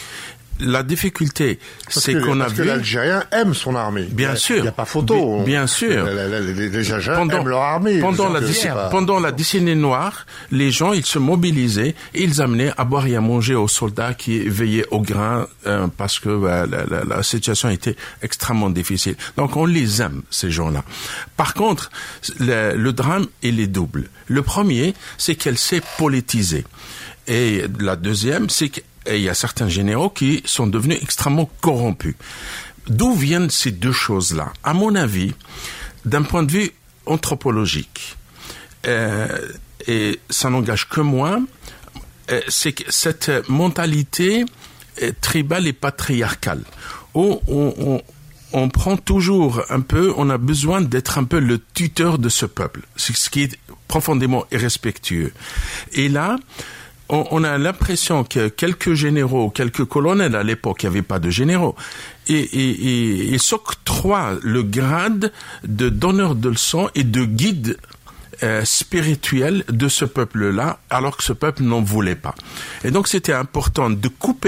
La difficulté, parce c'est que, qu'on a parce vu... Parce que l'Algérien aime son armée. Bien sûr. Il n'y a pas photo. Bien, bien sûr. Les, les, les Algériens pendant, aiment leur armée. Pendant la, déc- pas... pendant la décennie noire, les gens, ils se mobilisaient et ils amenaient à boire et à manger aux soldats qui veillaient au grain euh, parce que euh, la, la, la situation était extrêmement difficile. Donc on les aime, ces gens-là. Par contre, le, le drame, il est double. Le premier, c'est qu'elle s'est politisée. Et la deuxième, c'est que et il y a certains généraux qui sont devenus extrêmement corrompus. D'où viennent ces deux choses-là? À mon avis, d'un point de vue anthropologique, euh, et ça n'engage que moi, euh, c'est que cette mentalité euh, tribale et patriarcale, où on, on, on prend toujours un peu, on a besoin d'être un peu le tuteur de ce peuple, c'est ce qui est profondément irrespectueux. Et là, on a l'impression que quelques généraux, quelques colonels à l'époque, il n'y avait pas de généraux, et, et, et, et s'octroient le grade de donneur de leçons et de guide euh, spirituel de ce peuple-là, alors que ce peuple n'en voulait pas. Et donc c'était important de couper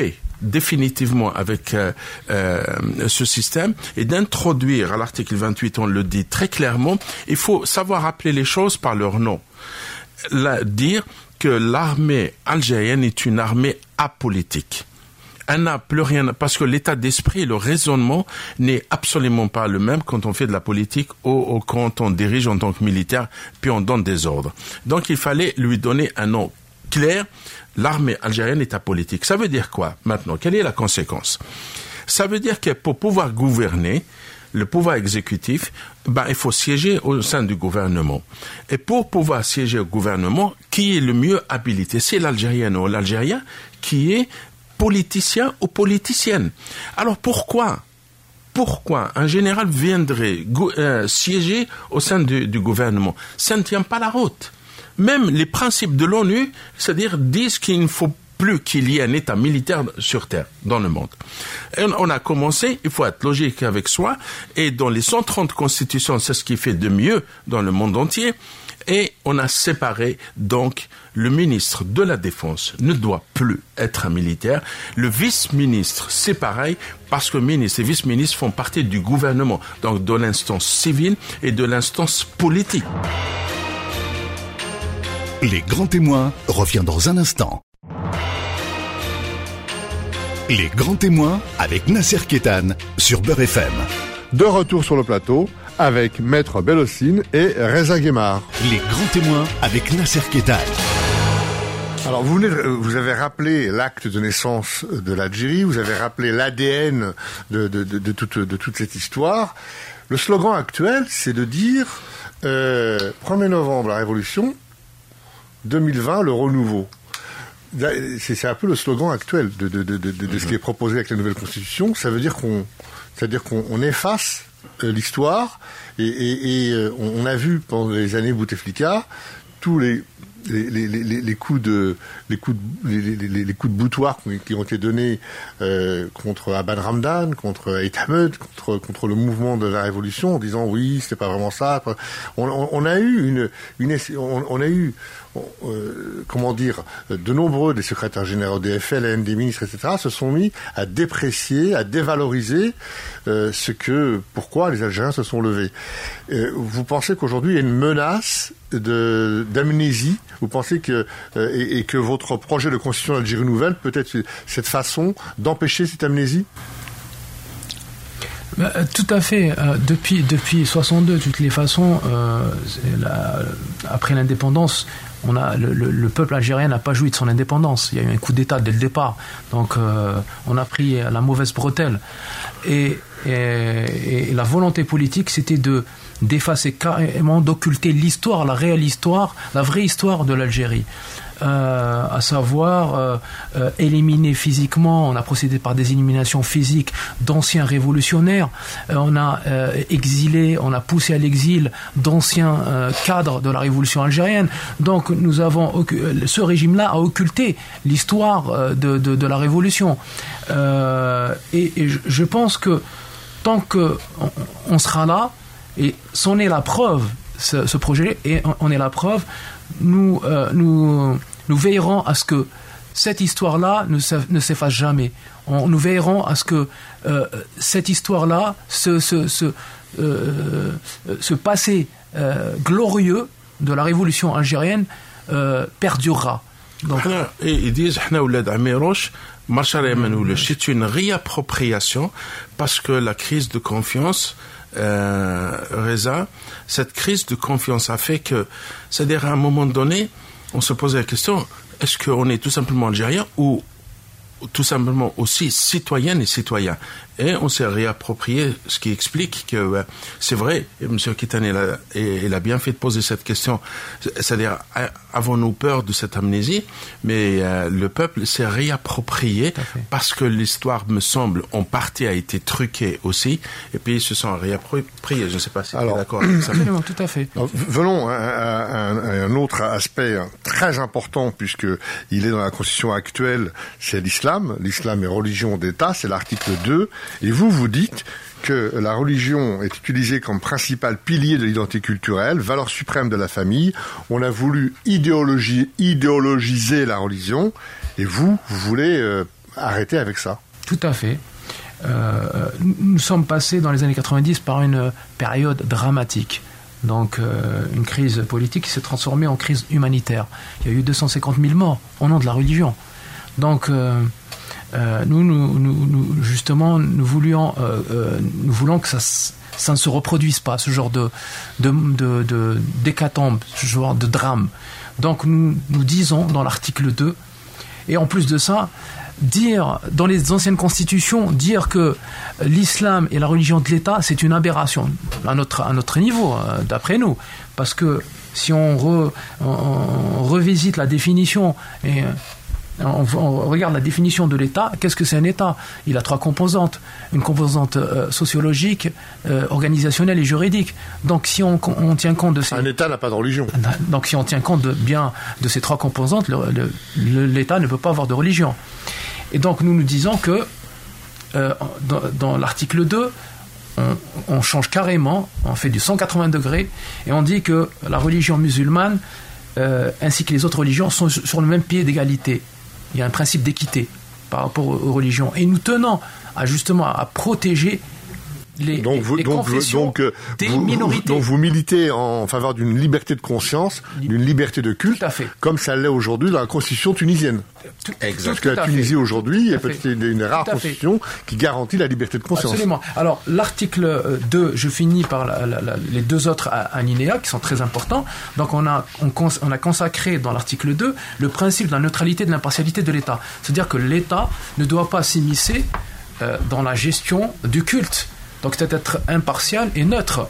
définitivement avec euh, euh, ce système et d'introduire, à l'article vingt-huit, on le dit très clairement, il faut savoir appeler les choses par leur nom. La, dire que l'armée algérienne est une armée apolitique. Elle n'a plus rien, parce que l'état d'esprit et le raisonnement n'est absolument pas le même quand on fait de la politique ou, ou quand on dirige en tant que militaire, puis on donne des ordres. Donc il fallait lui donner un nom clair. L'armée algérienne est apolitique. Ça veut dire quoi maintenant? Quelle est la conséquence? Ça veut dire que pour pouvoir gouverner, le pouvoir exécutif, ben, il faut siéger au sein du gouvernement. Et pour pouvoir siéger au gouvernement, qui est le mieux habilité? C'est l'Algérienne ou l'Algérien qui est politicien ou politicienne. Alors pourquoi Pourquoi un général viendrait go- euh, siéger au sein du, du gouvernement? Ça ne tient pas la route. Même les principes de l'ONU, c'est-à-dire, disent qu'il ne faut plus qu'il y ait un État militaire sur Terre, dans le monde. Et on a commencé, il faut être logique avec soi, et dans les cent trente constitutions, c'est ce qui fait de mieux dans le monde entier, et on a séparé, donc, le ministre de la Défense ne doit plus être un militaire. Le vice-ministre, c'est pareil, parce que ministre et vice-ministre font partie du gouvernement, donc de l'instance civile et de l'instance politique. Les grands témoins revient dans un instant. Les grands témoins avec Nasser Kétan sur Beurre F M. De retour sur le plateau avec Maître Bellocine et Reza Guémard. Les grands témoins avec Nasser Kétan. Alors vous, venez de, vous avez rappelé l'acte de naissance de l'Algérie, vous avez rappelé l'A D N de, de, de, de, toute, de toute cette histoire. Le slogan actuel, c'est de dire euh, premier novembre, la Révolution, deux mille vingt, le renouveau. C'est, c'est un peu le slogan actuel de, de, de, de, de, de ce qui est proposé avec la nouvelle Constitution. Ça veut dire qu'on, c'est-à-dire qu'on on efface euh, l'histoire et, et, et euh, on a vu pendant les années Bouteflika tous les Les, les, les, les coups de les coups de, les, les, les coups de boutoir qui ont été donnés euh, contre Aban Ramdan, contre Aït Ahmed, contre contre le mouvement de la Révolution, en disant oui, c'était pas vraiment ça. On, on, on a eu une une on, on a eu euh, comment dire, de nombreux des secrétaires généraux des F L N, des ministres, et cetera, se sont mis à déprécier, à dévaloriser euh, ce que pourquoi les Algériens se sont levés. Euh, vous pensez qu'aujourd'hui il y a une menace de d'amnésie? Vous pensez que euh, et, et que votre projet de constitution d'Algérie nouvelle peut être cette façon d'empêcher cette amnésie? Bah, tout à fait. Euh, depuis depuis soixante-deux, de toutes les façons, euh, la, après l'indépendance, on a le, le, le peuple algérien n'a pas joui de son indépendance. Il y a eu un coup d'État dès le départ, donc euh, on a pris la mauvaise bretelle. Et, et, et la volonté politique, c'était de d'effacer carrément, d'occulter l'histoire, la réelle histoire, la vraie histoire de l'Algérie. Euh, à savoir euh, euh, éliminer physiquement, on a procédé par des éliminations physiques d'anciens révolutionnaires, euh, on a euh, exilé, on a poussé à l'exil d'anciens euh, cadres de la révolution algérienne. Donc nous avons, ce régime-là a occulté l'histoire euh, de, de, de la révolution. Euh, et, et je pense que tant qu'on on sera là, et c'en est la preuve, ce, ce projet, et on est la preuve, nous, euh, nous, nous veillerons à ce que cette histoire-là ne, ne s'efface jamais. On, nous veillerons à ce que euh, cette histoire-là, ce, ce, ce, euh, ce passé euh, glorieux de la révolution algérienne euh, perdurera. Donc, et ils disent, c'est une réappropriation parce que la crise de confiance, euh, Reza, cette crise de confiance a fait que, c'est-à-dire à un moment donné, on se posait la question, est-ce qu'on est tout simplement algérien ou tout simplement aussi citoyennes et citoyens. Et on s'est réapproprié, ce qui explique que euh, c'est vrai, et M. Kétan, il a, il a bien fait de poser cette question, c'est-à-dire, avons-nous peur de cette amnésie? Mais euh, le peuple s'est réapproprié parce que l'histoire, me semble, en partie a été truquée aussi, et puis ils se sont réappropriés. Je ne sais pas si tu es d'accord avec ça. Absolument, tout à fait. Alors, venons à, à, à un autre aspect très important, puisqu'il est dans la constitution actuelle, c'est l'islam. L'islam est religion d'État, c'est l'article deux. Et vous, vous dites que la religion est utilisée comme principal pilier de l'identité culturelle, valeur suprême de la famille. On a voulu idéologie, idéologiser la religion. Et vous, vous voulez euh, arrêter avec ça. Tout à fait. Euh, nous sommes passés dans les années quatre-vingt-dix par une période dramatique. Donc euh, une crise politique qui s'est transformée en crise humanitaire. Il y a eu deux cent cinquante mille morts au nom de la religion. Donc euh, euh, nous, nous, nous, nous, justement, nous voulions, euh, euh, nous voulons que ça, ça ne se reproduise pas, ce genre de, de, de, de, d'hécatombe, ce genre de drame. Donc nous, nous disons dans l'article deux, et en plus de ça, dire, dans les anciennes constitutions, dire que l'islam est la religion de l'État, c'est une aberration, à notre, à notre niveau, d'après nous. Parce que si on, re, on, on revisite la définition, et on, on regarde la définition de l'État, qu'est-ce que c'est un État ? Il a trois composantes. Une composante euh, sociologique, euh, organisationnelle et juridique. Donc si on, on tient compte de ces... Un État n'a pas de religion. Donc si on tient compte de, bien de ces trois composantes, le, le, l'État ne peut pas avoir de religion. Et donc nous nous disons que euh, dans, dans l'article deux, on, on change carrément, on fait du cent quatre-vingts degrés, et on dit que la religion musulmane, euh, ainsi que les autres religions, sont sur le même pied d'égalité. Il y a un principe d'équité par rapport aux, aux religions. Et nous tenons à, justement à protéger les, donc vous, les donc, confessions donc, des vous, minorités. Donc vous militez en faveur d'une liberté de conscience, d'une liberté de culte, tout à fait, comme ça l'est aujourd'hui dans la constitution tunisienne. Tout, exact. Parce que la Tunisie aujourd'hui est peut-être une rare constitution qui garantit la liberté de conscience. Absolument. Alors l'article deux, je finis par la, la, la, les deux autres alinéas qui sont très importants. Donc on a, on, cons, on a consacré dans l'article deux le principe de la neutralité et de l'impartialité de l'État. C'est-à-dire que l'État ne doit pas s'immiscer euh, dans la gestion du culte. Donc c'est être impartial et neutre.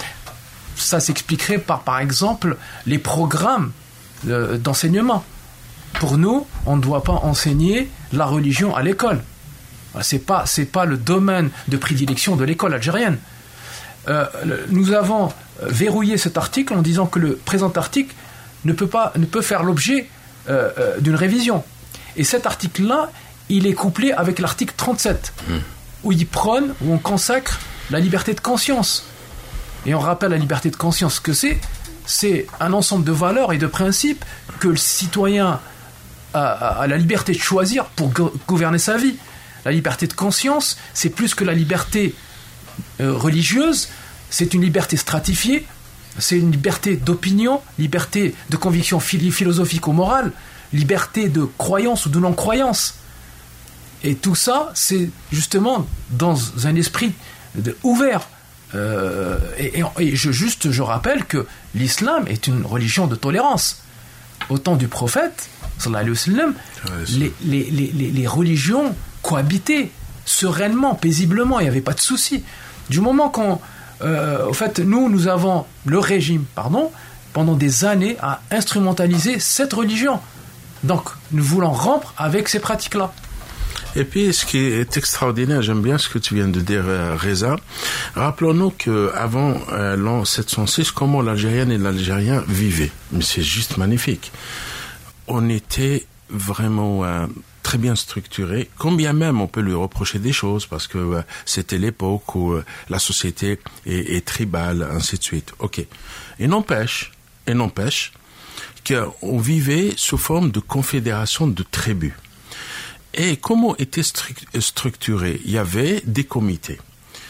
Ça s'expliquerait par, par exemple, les programmes euh, d'enseignement. Pour nous, on ne doit pas enseigner la religion à l'école. C'est pas, c'est pas le domaine de prédilection de l'école algérienne. Euh, le, nous avons verrouillé cet article en disant que le présent article ne peut pas, ne peut faire l'objet euh, euh, d'une révision. Et cet article-là, il est couplé avec l'article trente-sept. Mmh. Où il prône, où on consacre la liberté de conscience. Et on rappelle la liberté de conscience, ce que c'est. C'est un ensemble de valeurs et de principes que le citoyen a, a, a la liberté de choisir pour go- gouverner sa vie. La liberté de conscience, c'est plus que la liberté euh, religieuse, c'est une liberté stratifiée, c'est une liberté d'opinion, liberté de conviction phil- philosophique ou morale, liberté de croyance ou de non-croyance. Et tout ça, c'est justement dans un esprit de, ouvert. Euh, et, et, et je, juste, je rappelle que l'islam est une religion de tolérance. Au temps du prophète, sallallahu alayhi wa sallam, les, les, les, les religions cohabitaient sereinement, paisiblement, il n'y avait pas de souci. Du moment qu'on... Euh, au fait, nous, nous avons le régime, pardon, pendant des années, à instrumentaliser cette religion. Donc, nous voulons rompre avec ces pratiques-là. Et puis, ce qui est extraordinaire, j'aime bien ce que tu viens de dire, Reza. Rappelons-nous qu'avant euh, l'an sept cent six, comment l'Algérienne et l'Algérien vivaient. Mais c'est juste magnifique. On était vraiment euh, très bien structurés, combien même on peut lui reprocher des choses, parce que euh, c'était l'époque où euh, la société est, est tribale, ainsi de suite. Ok. Et n'empêche, et n'empêche qu'on vivait sous forme de confédération de tribus. Et comment était structuré ? Il y avait des comités.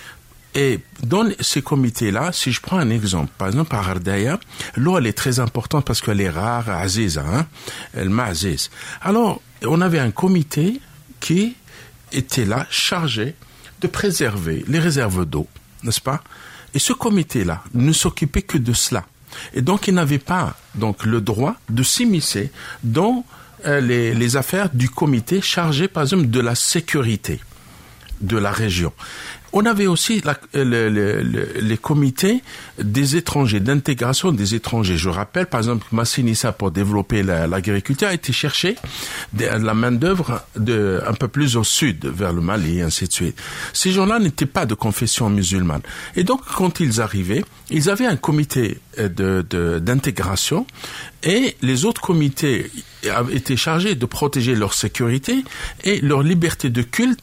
Et dans ces comités-là, si je prends un exemple, par exemple à Ardaya, l'eau elle est très importante parce qu'elle est rare, aziza, hein, elle ma'aziz. Alors, on avait un comité qui était là, chargé de préserver les réserves d'eau, n'est-ce pas ? Et ce comité-là ne s'occupait que de cela. Et donc, il n'avait pas donc le droit de s'immiscer dans Les, les affaires du comité chargé, par exemple, de la sécurité de la région. On avait aussi la, le, le, le, les comités des étrangers, d'intégration des étrangers. Je rappelle, par exemple, Massinissa, pour développer la, l'agriculture, a été chercher de, la main-d'œuvre de, un peu plus au sud, vers le Mali, ainsi de suite. Ces gens-là n'étaient pas de confession musulmane. Et donc, quand ils arrivaient, ils avaient un comité de, de, d'intégration, et les autres comités étaient chargés de protéger leur sécurité et leur liberté de culte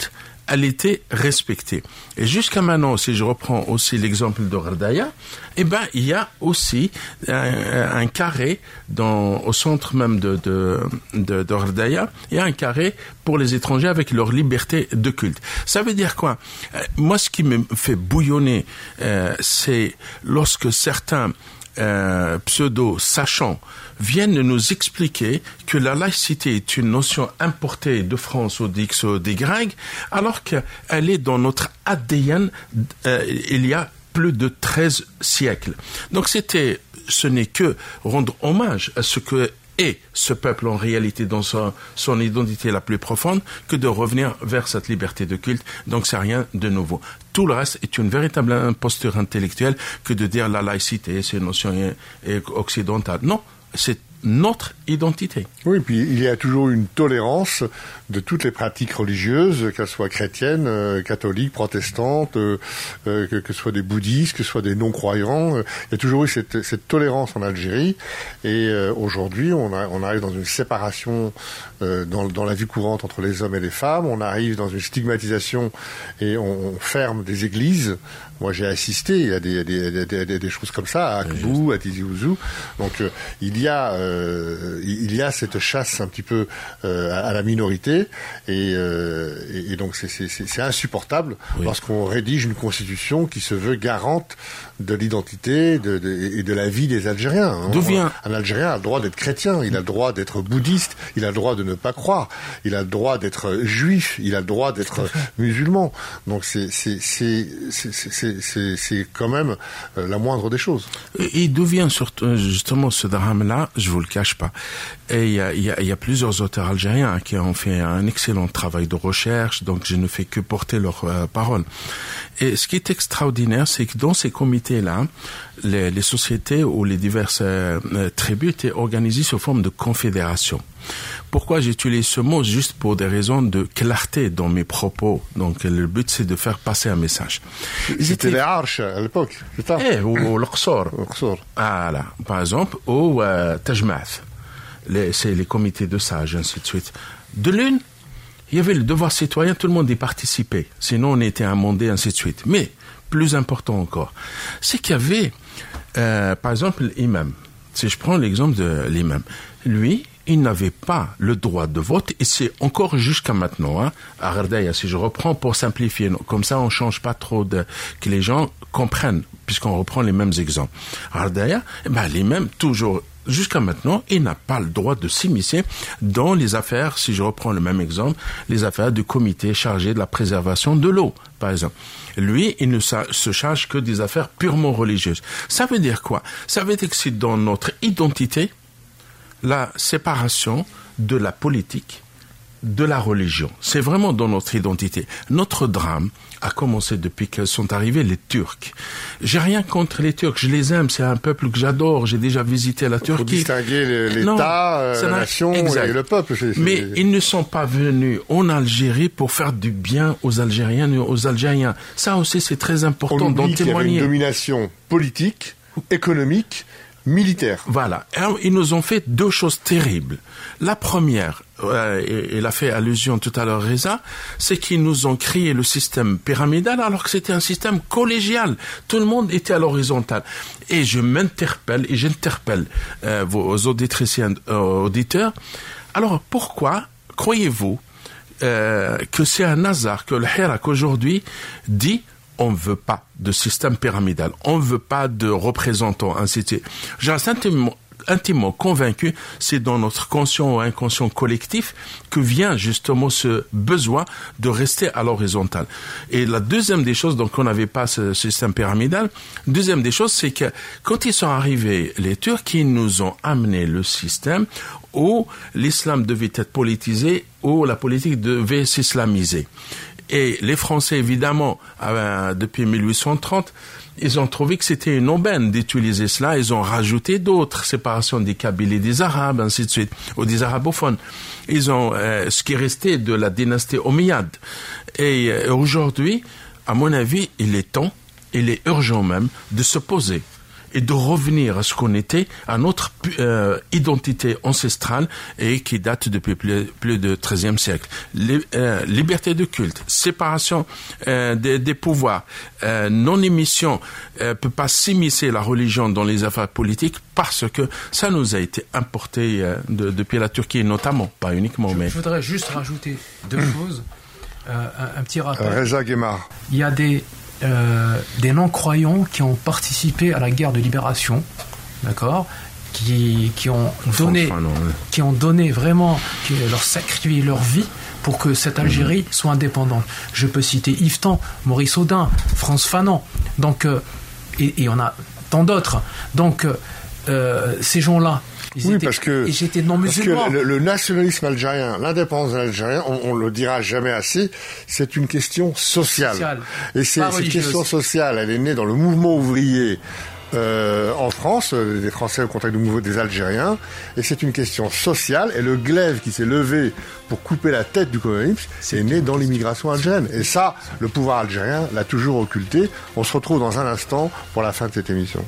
elle était respectée. Et jusqu'à maintenant, si je reprends aussi l'exemple de Gherdaya, eh ben, il y a aussi un, un carré dans, au centre même de, de, de, de Gherdaya, il y a un carré pour les étrangers avec leur liberté de culte. Ça veut dire quoi? Moi, ce qui me fait bouillonner, euh, c'est lorsque certains Euh, pseudo-sachants viennent nous expliquer que la laïcité est une notion importée de France ou d'X ou d'Y, alors qu'elle est dans notre A D N euh, il y a plus de treize siècles. Donc c'était, ce n'est que rendre hommage à ce que est ce peuple en réalité dans son, son identité la plus profonde que de revenir vers cette liberté de culte. Donc c'est rien de nouveau. Tout le reste est une véritable imposture intellectuelle que de dire la laïcité, c'est une notion occidentale. Non, c'est notre identité. Oui, puis il y a toujours une tolérance de toutes les pratiques religieuses, qu'elles soient chrétiennes, euh, catholiques, protestantes, euh, euh, que, que ce soit des bouddhistes, que ce soit des non-croyants. Euh, il y a toujours eu cette, cette tolérance en Algérie. Et euh, aujourd'hui, on, a, on arrive dans une séparation euh, dans, dans la vie courante entre les hommes et les femmes. On arrive dans une stigmatisation et on, on ferme des églises. Moi, j'ai assisté à des, à des, à des, à des, des choses comme ça, à Akbou, à Tizi Ouzou. Donc, euh, il y a, euh, il y a cette chasse un petit peu euh, à, à la minorité, et, euh, et, et donc c'est, c'est, c'est insupportable oui. lorsqu'on rédige une constitution qui se veut garante de l'identité de, de, et de la vie des Algériens. D'où vient un Algérien a le droit d'être chrétien, il a le droit d'être bouddhiste, il a le droit de ne pas croire, il a le droit d'être juif, il a le droit d'être musulman. Donc, c'est, c'est, c'est, c'est, c'est C'est, c'est, c'est quand même euh, la moindre des choses. Et d'où vient surtout, justement ce drame-là? Je vous le cache pas. Et il y a, il y a, il y a plusieurs auteurs algériens qui ont fait un excellent travail de recherche, donc je ne fais que porter leurs euh, paroles. Et ce qui est extraordinaire, c'est que dans ces comités-là, les, les sociétés ou les diverses euh, tribus étaient organisées sous forme de confédération. Pourquoi j'utilise ce mot? Juste pour des raisons de clarté dans mes propos. Donc le but, c'est de faire passer un message. Ils C'était étaient... les Arches à l'époque, c'est ça? Eh, ou, ou l'Oqsor. Voilà. Par exemple, au euh, Tajmath. Les, c'est les comités de sages, ainsi de suite. De l'une, il y avait le devoir citoyen, tout le monde y participait. Sinon, on était amendé, ainsi de suite. Mais, plus important encore, c'est qu'il y avait, euh, par exemple, l'imam. Si je prends l'exemple de l'imam, lui, il n'avait pas le droit de vote, et c'est encore jusqu'à maintenant, hein, à Gherdaya, si je reprends pour simplifier, comme ça on change pas trop de, que les gens comprennent, puisqu'on reprend les mêmes exemples. À Gherdaya, eh ben, l'imam, toujours, jusqu'à maintenant, il n'a pas le droit de s'immiscer dans les affaires, si je reprends le même exemple, les affaires du comité chargé de la préservation de l'eau, par exemple. Lui, il ne se charge que des affaires purement religieuses. Ça veut dire quoi? Ça veut dire que c'est dans notre identité, la séparation de la politique, de la religion. C'est vraiment dans notre identité. Notre drame a commencé depuis que sont arrivés les Turcs. J'ai rien contre les Turcs, je les aime, c'est un peuple que j'adore, j'ai déjà visité la Turquie. Il faut distinguer l'État, non, euh, la nation exact. Et le peuple. C'est, c'est... Mais ils ne sont pas venus en Algérie pour faire du bien aux Algériens et aux Algériens. Ça aussi, c'est très important d'en témoigner. Il y avait une domination politique, économique, militaire. Voilà. Alors, ils nous ont fait deux choses terribles. La première, euh, et il a fait allusion tout à l'heure Reza, c'est qu'ils nous ont créé le système pyramidal alors que c'était un système collégial. Tout le monde était à l'horizontale. Et je m'interpelle et j'interpelle euh, vos auditrices et euh, auditeurs. Alors, pourquoi croyez-vous euh, que c'est un hasard que le Hirak aujourd'hui dit on ne veut pas de système pyramidal, on ne veut pas de représentants, ainsi de suite. Je reste intimement, intimement convaincu, c'est dans notre conscient ou inconscient collectif que vient justement ce besoin de rester à l'horizontale. Et la deuxième des choses, donc on n'avait pas ce système pyramidal, deuxième des choses, c'est que quand ils sont arrivés, les Turcs, ils nous ont amené le système où l'islam devait être politisé, où la politique devait s'islamiser. Et les Français, évidemment, euh, depuis mille huit cent trente, ils ont trouvé que c'était une aubaine d'utiliser cela. Ils ont rajouté d'autres, séparation des Kabyles et des Arabes, ainsi de suite, ou des arabophones. Ils ont euh, ce qui restait de la dynastie omeyyade. Et euh, aujourd'hui, à mon avis, il est temps, il est urgent même, de se poser et de revenir à ce qu'on était, à notre euh, identité ancestrale et qui date depuis plus, plus de treizième siècle. Les, euh, liberté de culte, séparation euh, des, des pouvoirs, euh, non-émission, euh, peut pas s'immiscer la religion dans les affaires politiques parce que ça nous a été importé euh, de, depuis la Turquie notamment, pas uniquement. Je, mais... je voudrais juste rajouter deux choses. Euh, un, un petit rappel. Reza Guémard. Il y a des, euh, des non-croyants qui ont participé à la guerre de libération, d'accord, qui, qui ont donné, Enfin, non, ouais. qui ont donné vraiment, qui leur sacrifié leur vie pour que cette Algérie mmh. soit indépendante. Je peux citer Yves Tan, Maurice Audin, France Fanon, donc euh, et, et on a tant d'autres. Donc euh, ces gens-là. Ils oui, étaient, parce que, et j'étais non musulman. parce que le, le nationalisme algérien, l'indépendance algérienne, on, on le dira jamais assez, c'est une question sociale. Sociale. Et c'est, cette question sociale, elle est née dans le mouvement ouvrier euh, en France, des Français au contact du mouvement des Algériens, et c'est une question sociale. Et le glaive qui s'est levé pour couper la tête du colonialisme, c'est né dans l'immigration algérienne. Et ça, le pouvoir algérien l'a toujours occulté. On se retrouve dans un instant pour la fin de cette émission.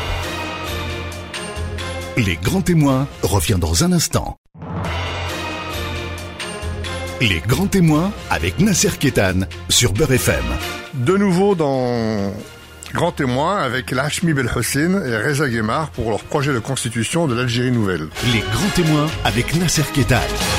Les grands témoins revient dans un instant. Les grands témoins avec Nasser Kétan sur Beurre F M. De nouveau dans Grands témoins avec Lachmi Belhossein et Reza Guémard pour leur projet de constitution de l'Algérie nouvelle. Les grands témoins avec Nasser Kétan.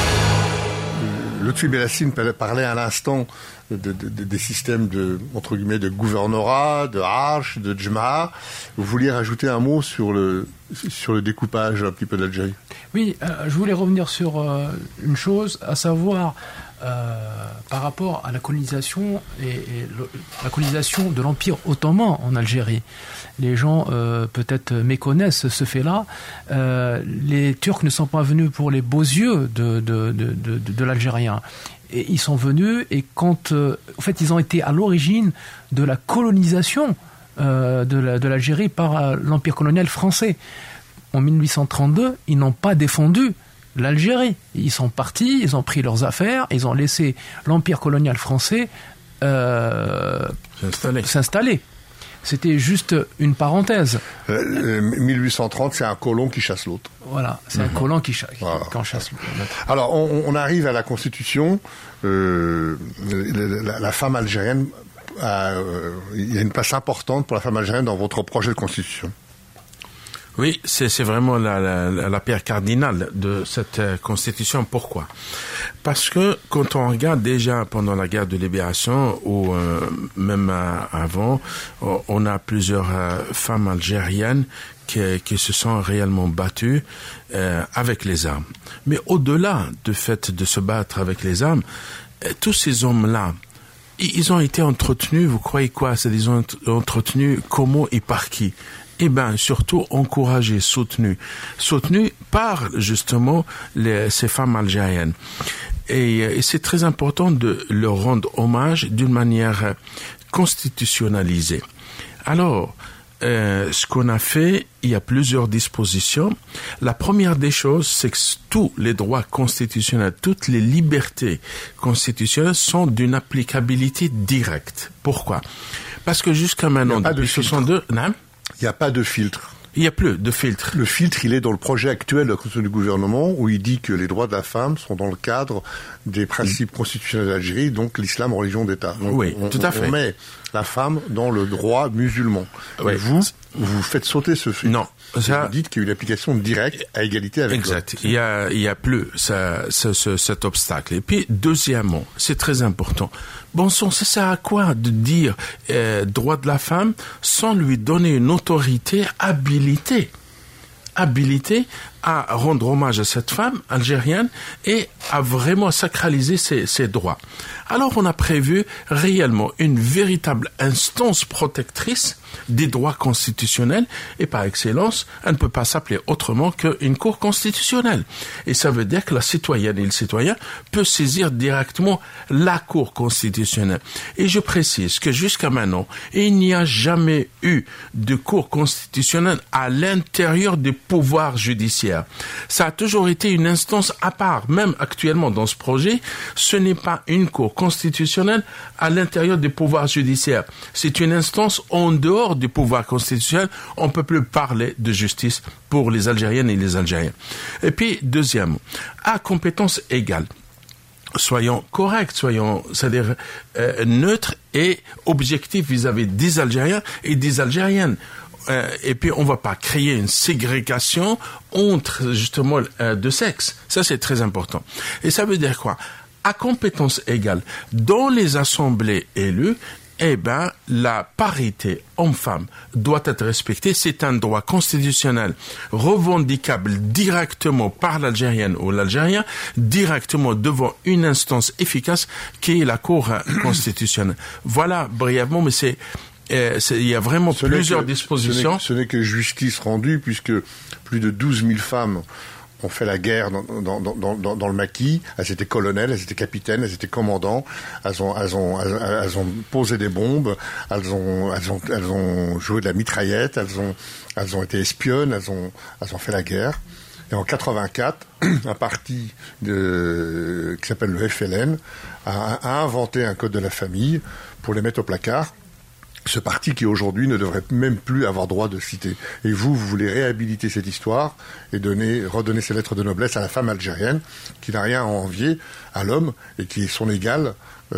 Lotfi Bellassine parlait à l'instant de, de, de, des systèmes de, entre guillemets, de gouvernorat, de arche, de djma. Vous vouliez rajouter un mot sur le, sur le découpage un petit peu de l'Algérie? Oui, euh, je voulais revenir sur euh, une chose, à savoir euh, par rapport à la colonisation et, et le, la colonisation de l'Empire ottoman en Algérie. Les gens euh, peut-être méconnaissent ce fait-là. Euh, les Turcs ne sont pas venus pour les beaux yeux de, de, de, de, de l'Algérien. Et ils sont venus et quand, euh, en fait, ils ont été à l'origine de la colonisation euh, de, la, de l'Algérie par euh, l'Empire colonial français. En mille huit cent trente-deux, ils n'ont pas défendu l'Algérie. Ils sont partis, ils ont pris leurs affaires, ils ont laissé l'Empire colonial français euh, s'installer. s'installer. C'était juste une parenthèse. Euh, mille huit cent trente, c'est un colon qui chasse l'autre. Voilà, c'est mmh. un colon qui, cha- voilà. qui en chasse l'autre. Alors, on, on arrive à la Constitution. Euh, la, la femme algérienne, a, euh, il y a une place importante pour la femme algérienne dans votre projet de Constitution. Oui, c'est, c'est vraiment la, la, la pierre cardinale de cette euh, Constitution. Pourquoi? Parce que quand on regarde déjà pendant la guerre de libération ou euh, même euh, avant, on a plusieurs euh, femmes algériennes qui, qui se sont réellement battues euh, avec les armes. Mais au-delà du fait de se battre avec les armes, euh, tous ces hommes-là, ils ont été entretenus, vous croyez quoi? C'est ils ont entretenus comment et par qui? Eh ben, surtout encouragés, soutenus, soutenus par justement les, ces femmes algériennes. Et, et c'est très important de leur rendre hommage d'une manière constitutionnalisée. Alors, euh, ce qu'on a fait, il y a plusieurs dispositions. La première des choses, c'est que tous les droits constitutionnels, toutes les libertés constitutionnelles sont d'une applicabilité directe. Pourquoi? Parce que jusqu'à maintenant, depuis soixante-deux, non? Il n'y a pas de filtre. Il n'y a plus de filtre. Le filtre, il est dans le projet actuel de la Constitution du gouvernement où il dit que les droits de la femme sont dans le cadre des principes mmh. constitutionnels d'Algérie, donc l'islam religion d'État. Donc oui, on, tout à fait. On met la femme dans le droit musulman. Oui. Et vous, vous faites sauter ce filtre. Non. Ça, vous dites qu'il y a une application directe à égalité avec l'autre. Exact. Il y a, il y a plus ça, ça, ce, cet obstacle. Et puis, deuxièmement, c'est très important. Bon sang, ça sert à quoi de dire euh, droit de la femme sans lui donner une autorité habilitée, habilitée à rendre hommage à cette femme algérienne et à vraiment sacraliser ses, ses droits. Alors, on a prévu réellement une véritable instance protectrice des droits constitutionnels et par excellence, elle ne peut pas s'appeler autrement qu'une cour constitutionnelle. Et ça veut dire que la citoyenne et le citoyen peut saisir directement la cour constitutionnelle. Et je précise que jusqu'à maintenant, il n'y a jamais eu de cour constitutionnelle à l'intérieur du pouvoir judiciaire. judiciaire. Ça a toujours été une instance à part. Même actuellement dans ce projet, ce n'est pas une cour constitutionnelle à l'intérieur du pouvoir judiciaire. C'est une instance en dehors du pouvoir constitutionnel. On ne peut plus parler de justice pour les Algériennes et les Algériens. Et puis, deuxième, à compétence égale. Soyons corrects, soyons, c'est-à-dire euh, neutres et objectifs vis-à-vis des Algériens et des Algériennes. Euh, et puis on va pas créer une ségrégation entre justement euh, de sexe. Ça c'est très important. Et ça veut dire quoi? À compétence égale, dans les assemblées élues, eh ben, la parité homme-femme doit être respectée. C'est un droit constitutionnel revendicable directement par l'Algérienne ou l'Algérien, directement devant une instance efficace qui est la Cour constitutionnelle. Voilà brièvement, mais c'est, euh, c'est il y a vraiment ce plusieurs que, dispositions. Ce n'est, ce n'est que justice rendue, puisque plus de douze mille femmes ont fait la guerre dans, dans, dans, dans, dans le maquis. Elles étaient colonels, elles étaient capitaines, elles étaient commandants. Elles ont, elles ont, elles, elles ont posé des bombes. Elles ont, elles ont, elles ont joué de la mitraillette. Elles ont, elles ont été espionnes. Elles ont, elles ont fait la guerre. Et en quatre-vingt-quatre, un parti de, qui s'appelle le F L N a, a inventé un code de la famille pour les mettre au placard. Ce parti qui aujourd'hui ne devrait même plus avoir droit de citer. Et vous, vous voulez réhabiliter cette histoire et donner, redonner ses lettres de noblesse à la femme algérienne qui n'a rien à envier à l'homme et qui est son égal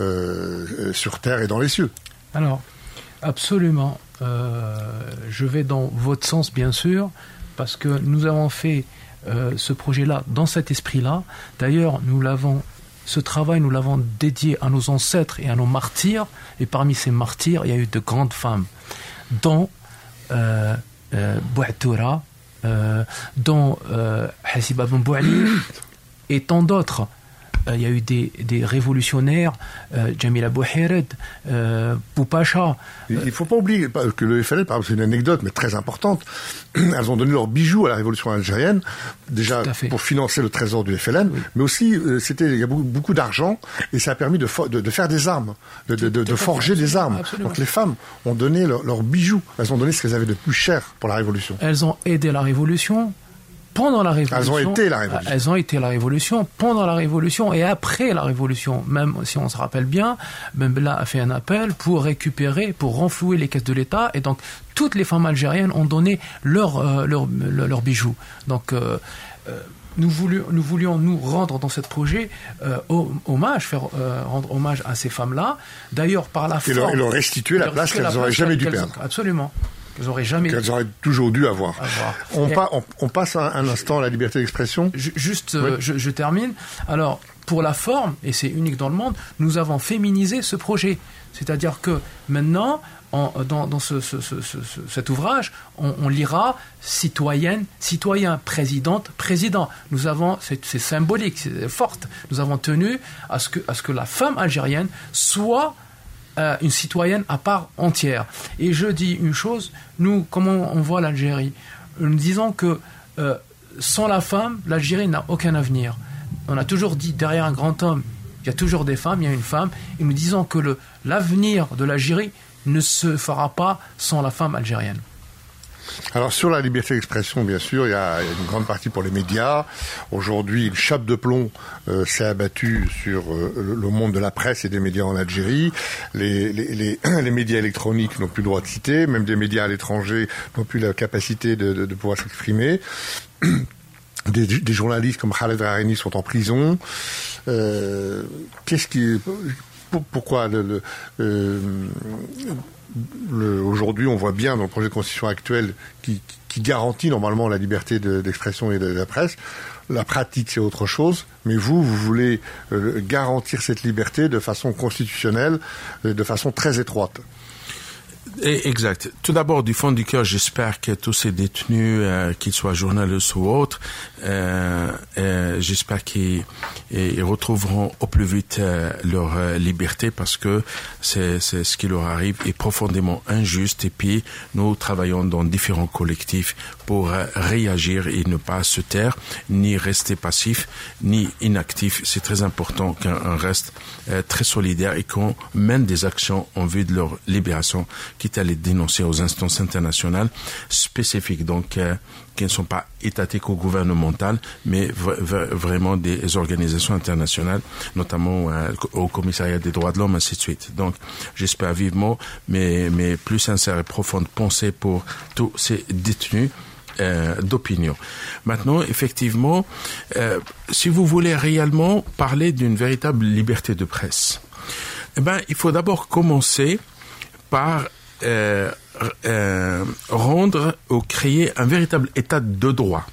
euh, sur terre et dans les cieux. Alors, absolument. Euh, je vais dans votre sens, bien sûr, parce que nous avons fait euh, ce projet-là dans cet esprit-là. D'ailleurs, nous l'avons... Ce travail, nous l'avons dédié à nos ancêtres et à nos martyrs. Et parmi ces martyrs, il y a eu de grandes femmes, dont euh, euh, Bouatoura, euh, dont euh, Hassiba Ben Bouali, et tant d'autres. Euh, il y a eu des, des révolutionnaires, euh, Jamila Bouhired, euh, Poupacha. Il ne faut pas oublier que le F L N, par exemple, c'est une anecdote, mais très importante. Elles ont donné leurs bijoux à la révolution algérienne, déjà pour financer le trésor du F L N, oui. Mais aussi, euh, c'était, il y a beaucoup, beaucoup d'argent, et ça a permis de, fo- de, de faire des armes, de, de, de, de forger des armes. Absolument. Donc les femmes ont donné leur, leurs bijoux, elles ont donné ce qu'elles avaient de plus cher pour la révolution. Elles ont aidé la révolution. Pendant la Révolution, elles ont été la Révolution. Elles ont été la Révolution, pendant la Révolution et après la Révolution. Même si on se rappelle bien, Ben Bella a fait un appel pour récupérer, pour renflouer les caisses de l'État. Et donc, toutes les femmes algériennes ont donné leurs euh, leur, leur, leur bijoux. Donc, euh, euh, nous, voulions, nous voulions nous rendre dans ce projet euh, hommage, faire euh, rendre hommage à ces femmes-là. D'ailleurs, par la forme... Et leur restituer la place qu'elles n'auraient jamais dû perdre. Absolument. Qu'elles auraient jamais... Qu'elles auraient toujours dû avoir. avoir. On, pa- on, on passe un, un instant à la liberté d'expression. Juste, oui. euh, je, je termine. Alors, pour la forme, et c'est unique dans le monde, nous avons féminisé ce projet. C'est-à-dire que maintenant, en, dans, dans ce, ce, ce, ce, cet ouvrage, on, on lira citoyenne, citoyen, présidente, président. Nous avons, c'est, c'est symbolique, c'est forte. Nous avons tenu à ce que, à ce que la femme algérienne soit Euh, une citoyenne à part entière. Et je dis une chose, nous, comment on voit l'Algérie? Nous disons que euh, sans la femme, l'Algérie n'a aucun avenir. On a toujours dit, derrière un grand homme, il y a toujours des femmes, il y a une femme, et nous disons que le, l'avenir de l'Algérie ne se fera pas sans la femme algérienne. Alors sur la liberté d'expression, bien sûr, il y a une grande partie pour les médias. Aujourd'hui, une chape de plomb euh, s'est abattue sur euh, le monde de la presse et des médias en Algérie. Les, les, les, les médias électroniques n'ont plus le droit de citer, même des médias à l'étranger n'ont plus la capacité de, de, de pouvoir s'exprimer. Des, des journalistes comme Khaled Raheni sont en prison. Euh, qu'est-ce qui, pourquoi le, le euh, Le, aujourd'hui, on voit bien dans le projet de constitution actuel qui, qui garantit normalement la liberté de, d'expression et de, de la presse. La pratique, c'est autre chose. Mais vous, vous voulez euh, garantir cette liberté de façon constitutionnelle, de façon très étroite. Exact. Tout d'abord, du fond du cœur, j'espère que tous ces détenus, euh, qu'ils soient journalistes ou autres, euh, euh, j'espère qu'ils ils retrouveront au plus vite euh, leur euh, liberté, parce que c'est, c'est ce qui leur arrive est profondément injuste. Et puis, nous travaillons dans différents collectifs pour euh, réagir et ne pas se taire, ni rester passif, ni inactif. C'est très important qu'on reste euh, très solidaire et qu'on mène des actions en vue de leur libération, quitte à les dénoncer aux instances internationales spécifiques, donc euh, qui ne sont pas étatiques ou gouvernementales, mais v- v- vraiment des organisations internationales, notamment euh, au Commissariat des droits de l'homme, ainsi de suite. Donc, j'espère vivement mes, mes plus sincères et profondes pensées pour tous ces détenus Euh, d'opinion. Maintenant, effectivement, euh, si vous voulez réellement parler d'une véritable liberté de presse, eh ben, il faut d'abord commencer par euh, euh, rendre ou créer un véritable état de droit.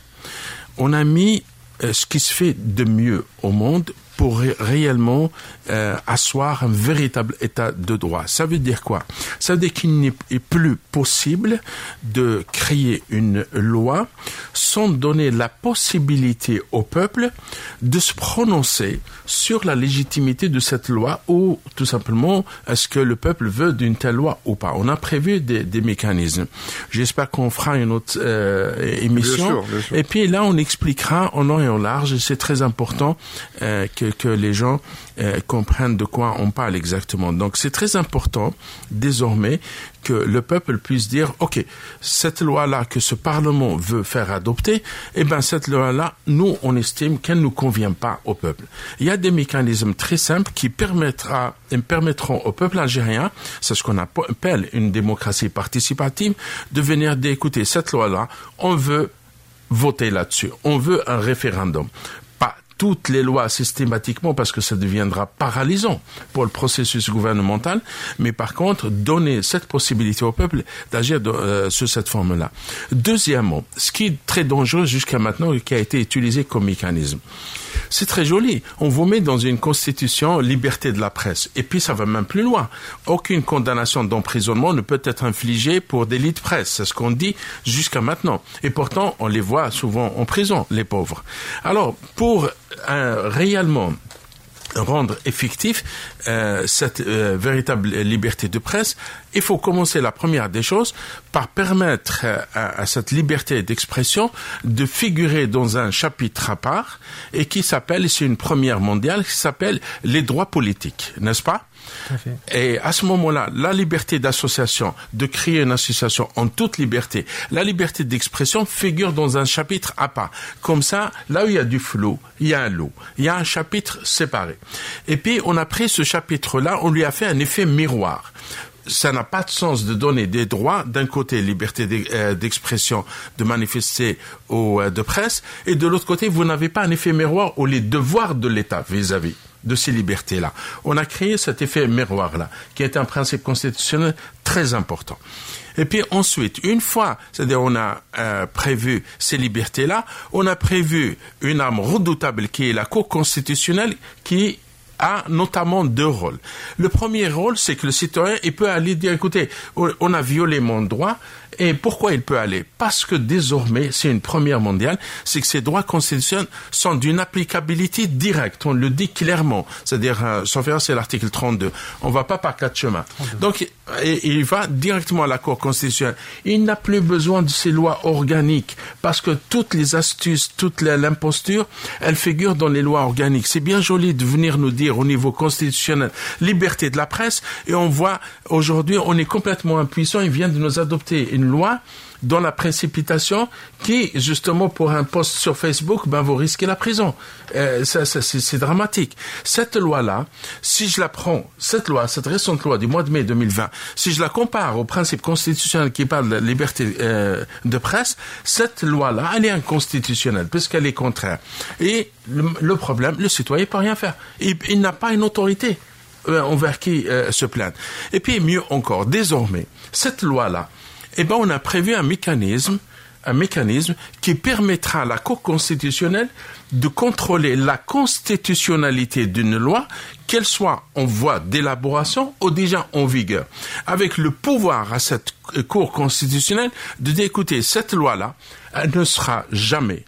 On a mis euh, ce qui se fait de mieux au monde pour ré- réellement euh, asseoir un véritable état de droit. Ça veut dire quoi? Ça veut dire qu'il n'est plus possible de créer une loi sans donner la possibilité au peuple de se prononcer sur la légitimité de cette loi ou tout simplement est-ce que le peuple veut d'une telle loi ou pas. On a prévu des, des mécanismes. J'espère qu'on fera une autre euh, émission. Bien sûr, bien sûr. Et puis là, on expliquera en long et en large. C'est très important euh, que que les gens euh, comprennent de quoi on parle exactement. Donc, c'est très important, désormais, que le peuple puisse dire, OK, cette loi-là que ce Parlement veut faire adopter, eh ben, cette loi-là, nous, on estime qu'elle ne nous convient pas au peuple. Il y a des mécanismes très simples qui permettra, permettront au peuple algérien, c'est ce qu'on appelle une démocratie participative, de venir dire, écoutez, cette loi-là, on veut voter là-dessus. On veut un référendum. Toutes les lois systématiquement parce que ça deviendra paralysant pour le processus gouvernemental, mais par contre, donner cette possibilité au peuple d'agir de, euh, sur cette forme-là. Deuxièmement, ce qui est très dangereux jusqu'à maintenant et qui a été utilisé comme mécanisme, c'est très joli. On vous met dans une constitution liberté de la presse. Et puis, ça va même plus loin. Aucune condamnation d'emprisonnement ne peut être infligée pour délit de presse. C'est ce qu'on dit jusqu'à maintenant. Et pourtant, on les voit souvent en prison, les pauvres. Alors, pour euh, réellement rendre effectif euh, cette euh, véritable liberté de presse, il faut commencer la première des choses par permettre euh, à, à cette liberté d'expression de figurer dans un chapitre à part et qui s'appelle, c'est une première mondiale, qui s'appelle les droits politiques, n'est-ce pas? Tout à fait. Et à ce moment-là, la liberté d'association, de créer une association en toute liberté, la liberté d'expression figure dans un chapitre à part. Comme ça, là où il y a du flou, il y a un lot. Il y a un chapitre séparé. Et puis, on a pris ce chapitre-là, on lui a fait un effet miroir. Ça n'a pas de sens de donner des droits, d'un côté, liberté d'expression, de manifester ou de presse, et de l'autre côté, vous n'avez pas un effet miroir ou les devoirs de l'État vis-à-vis de ces libertés-là. On a créé cet effet miroir-là, qui est un principe constitutionnel très important. Et puis ensuite, une fois, c'est-à-dire on a euh, prévu ces libertés-là, on a prévu une arme redoutable qui est la Cour constitutionnelle qui a notamment deux rôles. Le premier rôle, c'est que le citoyen, il peut aller dire, écoutez, on a violé mon droit, et pourquoi il peut aller? Parce que désormais, c'est une première mondiale, c'est que ces droits constitutionnels sont d'une applicabilité directe, on le dit clairement, c'est-à-dire, euh, sauf erreur, c'est l'article trente-deux. On ne va pas par quatre chemins. trente-deux. Donc, et, il va directement à la Cour constitutionnelle. Il n'a plus besoin de ces lois organiques, parce que toutes les astuces, toute l'imposture, elles figurent dans les lois organiques. C'est bien joli de venir nous dire au niveau constitutionnel, liberté de la presse, et on voit, aujourd'hui, on est complètement impuissant, il vient de nous adopter une loi dans la précipitation qui, justement, pour un post sur Facebook, ben, vous risquez la prison. Euh, ça, ça, c'est, c'est dramatique. Cette loi-là, si je la prends, cette loi, cette récente loi du mois de mai deux mille vingt, si je la compare au principe constitutionnel qui parle de la liberté euh, de presse, cette loi-là, elle est inconstitutionnelle, puisqu'elle est contraire. Et le, le problème, le citoyen ne peut rien faire. Il, il n'a pas une autorité euh, envers qui euh, se plaindre. Et puis, mieux encore, désormais, cette loi-là, eh ben, on a prévu un mécanisme, un mécanisme qui permettra à la Cour constitutionnelle de contrôler la constitutionnalité d'une loi, qu'elle soit en voie d'élaboration ou déjà en vigueur, avec le pouvoir à cette Cour constitutionnelle de dire, écoutez, cette loi-là, elle ne sera jamais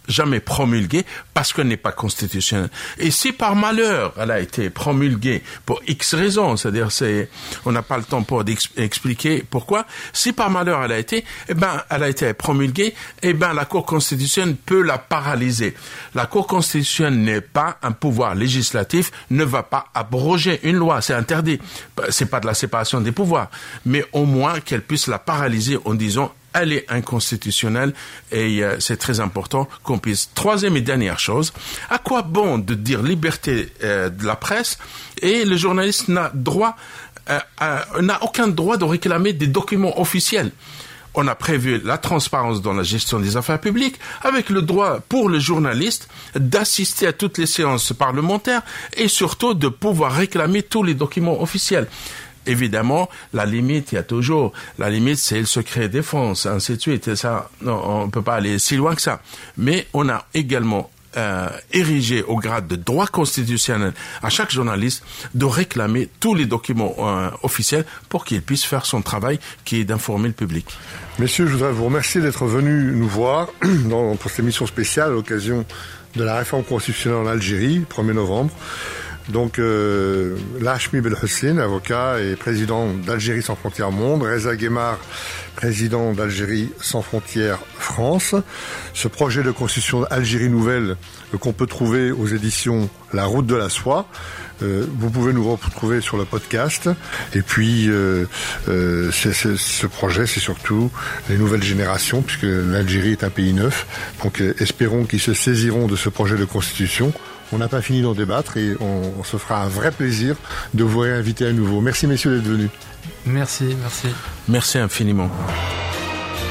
jamais promulguée parce qu'elle n'est pas constitutionnelle. Et si par malheur elle a été promulguée pour X raisons, c'est-à-dire c'est, on n'a pas le temps pour expliquer pourquoi, si par malheur elle a été, eh ben, elle a été promulguée, eh ben, la Cour constitutionnelle peut la paralyser. La Cour constitutionnelle n'est pas un pouvoir législatif, ne va pas abroger une loi, c'est interdit. C'est pas de la séparation des pouvoirs, mais au moins qu'elle puisse la paralyser en disant elle est inconstitutionnelle et euh, c'est très important qu'on puisse. Troisième et dernière chose, à quoi bon de dire liberté euh, de la presse et le journaliste n'a droit, euh, euh, n'a aucun droit de réclamer des documents officiels. On a prévu la transparence dans la gestion des affaires publiques avec le droit pour le journaliste d'assister à toutes les séances parlementaires et surtout de pouvoir réclamer tous les documents officiels. Évidemment, la limite, il y a toujours, la limite, c'est le secret défense, ainsi de suite. Et ça, non, on ne peut pas aller si loin que ça. Mais on a également euh, érigé au grade de droit constitutionnel à chaque journaliste de réclamer tous les documents euh, officiels pour qu'il puisse faire son travail, qui est d'informer le public. Messieurs, je voudrais vous remercier d'être venus nous voir dans, pour cette émission spéciale à l'occasion de la réforme constitutionnelle en Algérie, premier novembre. Donc, euh, Lachmi Belhossein, avocat et président d'Algérie sans frontières monde, Reza Guémard, président d'Algérie sans frontières France. Ce projet de constitution Algérie nouvelle euh, qu'on peut trouver aux éditions La Route de la Soie. Euh, vous pouvez nous retrouver sur le podcast. Et puis, euh, euh, c'est, c'est, ce projet, c'est surtout les nouvelles générations, puisque l'Algérie est un pays neuf. Donc, euh, espérons qu'ils se saisiront de ce projet de constitution. On n'a pas fini d'en débattre et on, on se fera un vrai plaisir de vous réinviter à nouveau. Merci messieurs d'être venus. Merci, merci. Merci infiniment.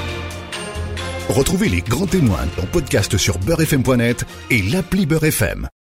Retrouvez les grands témoins en podcast sur beurre f m point net et l'appli Beurre F M.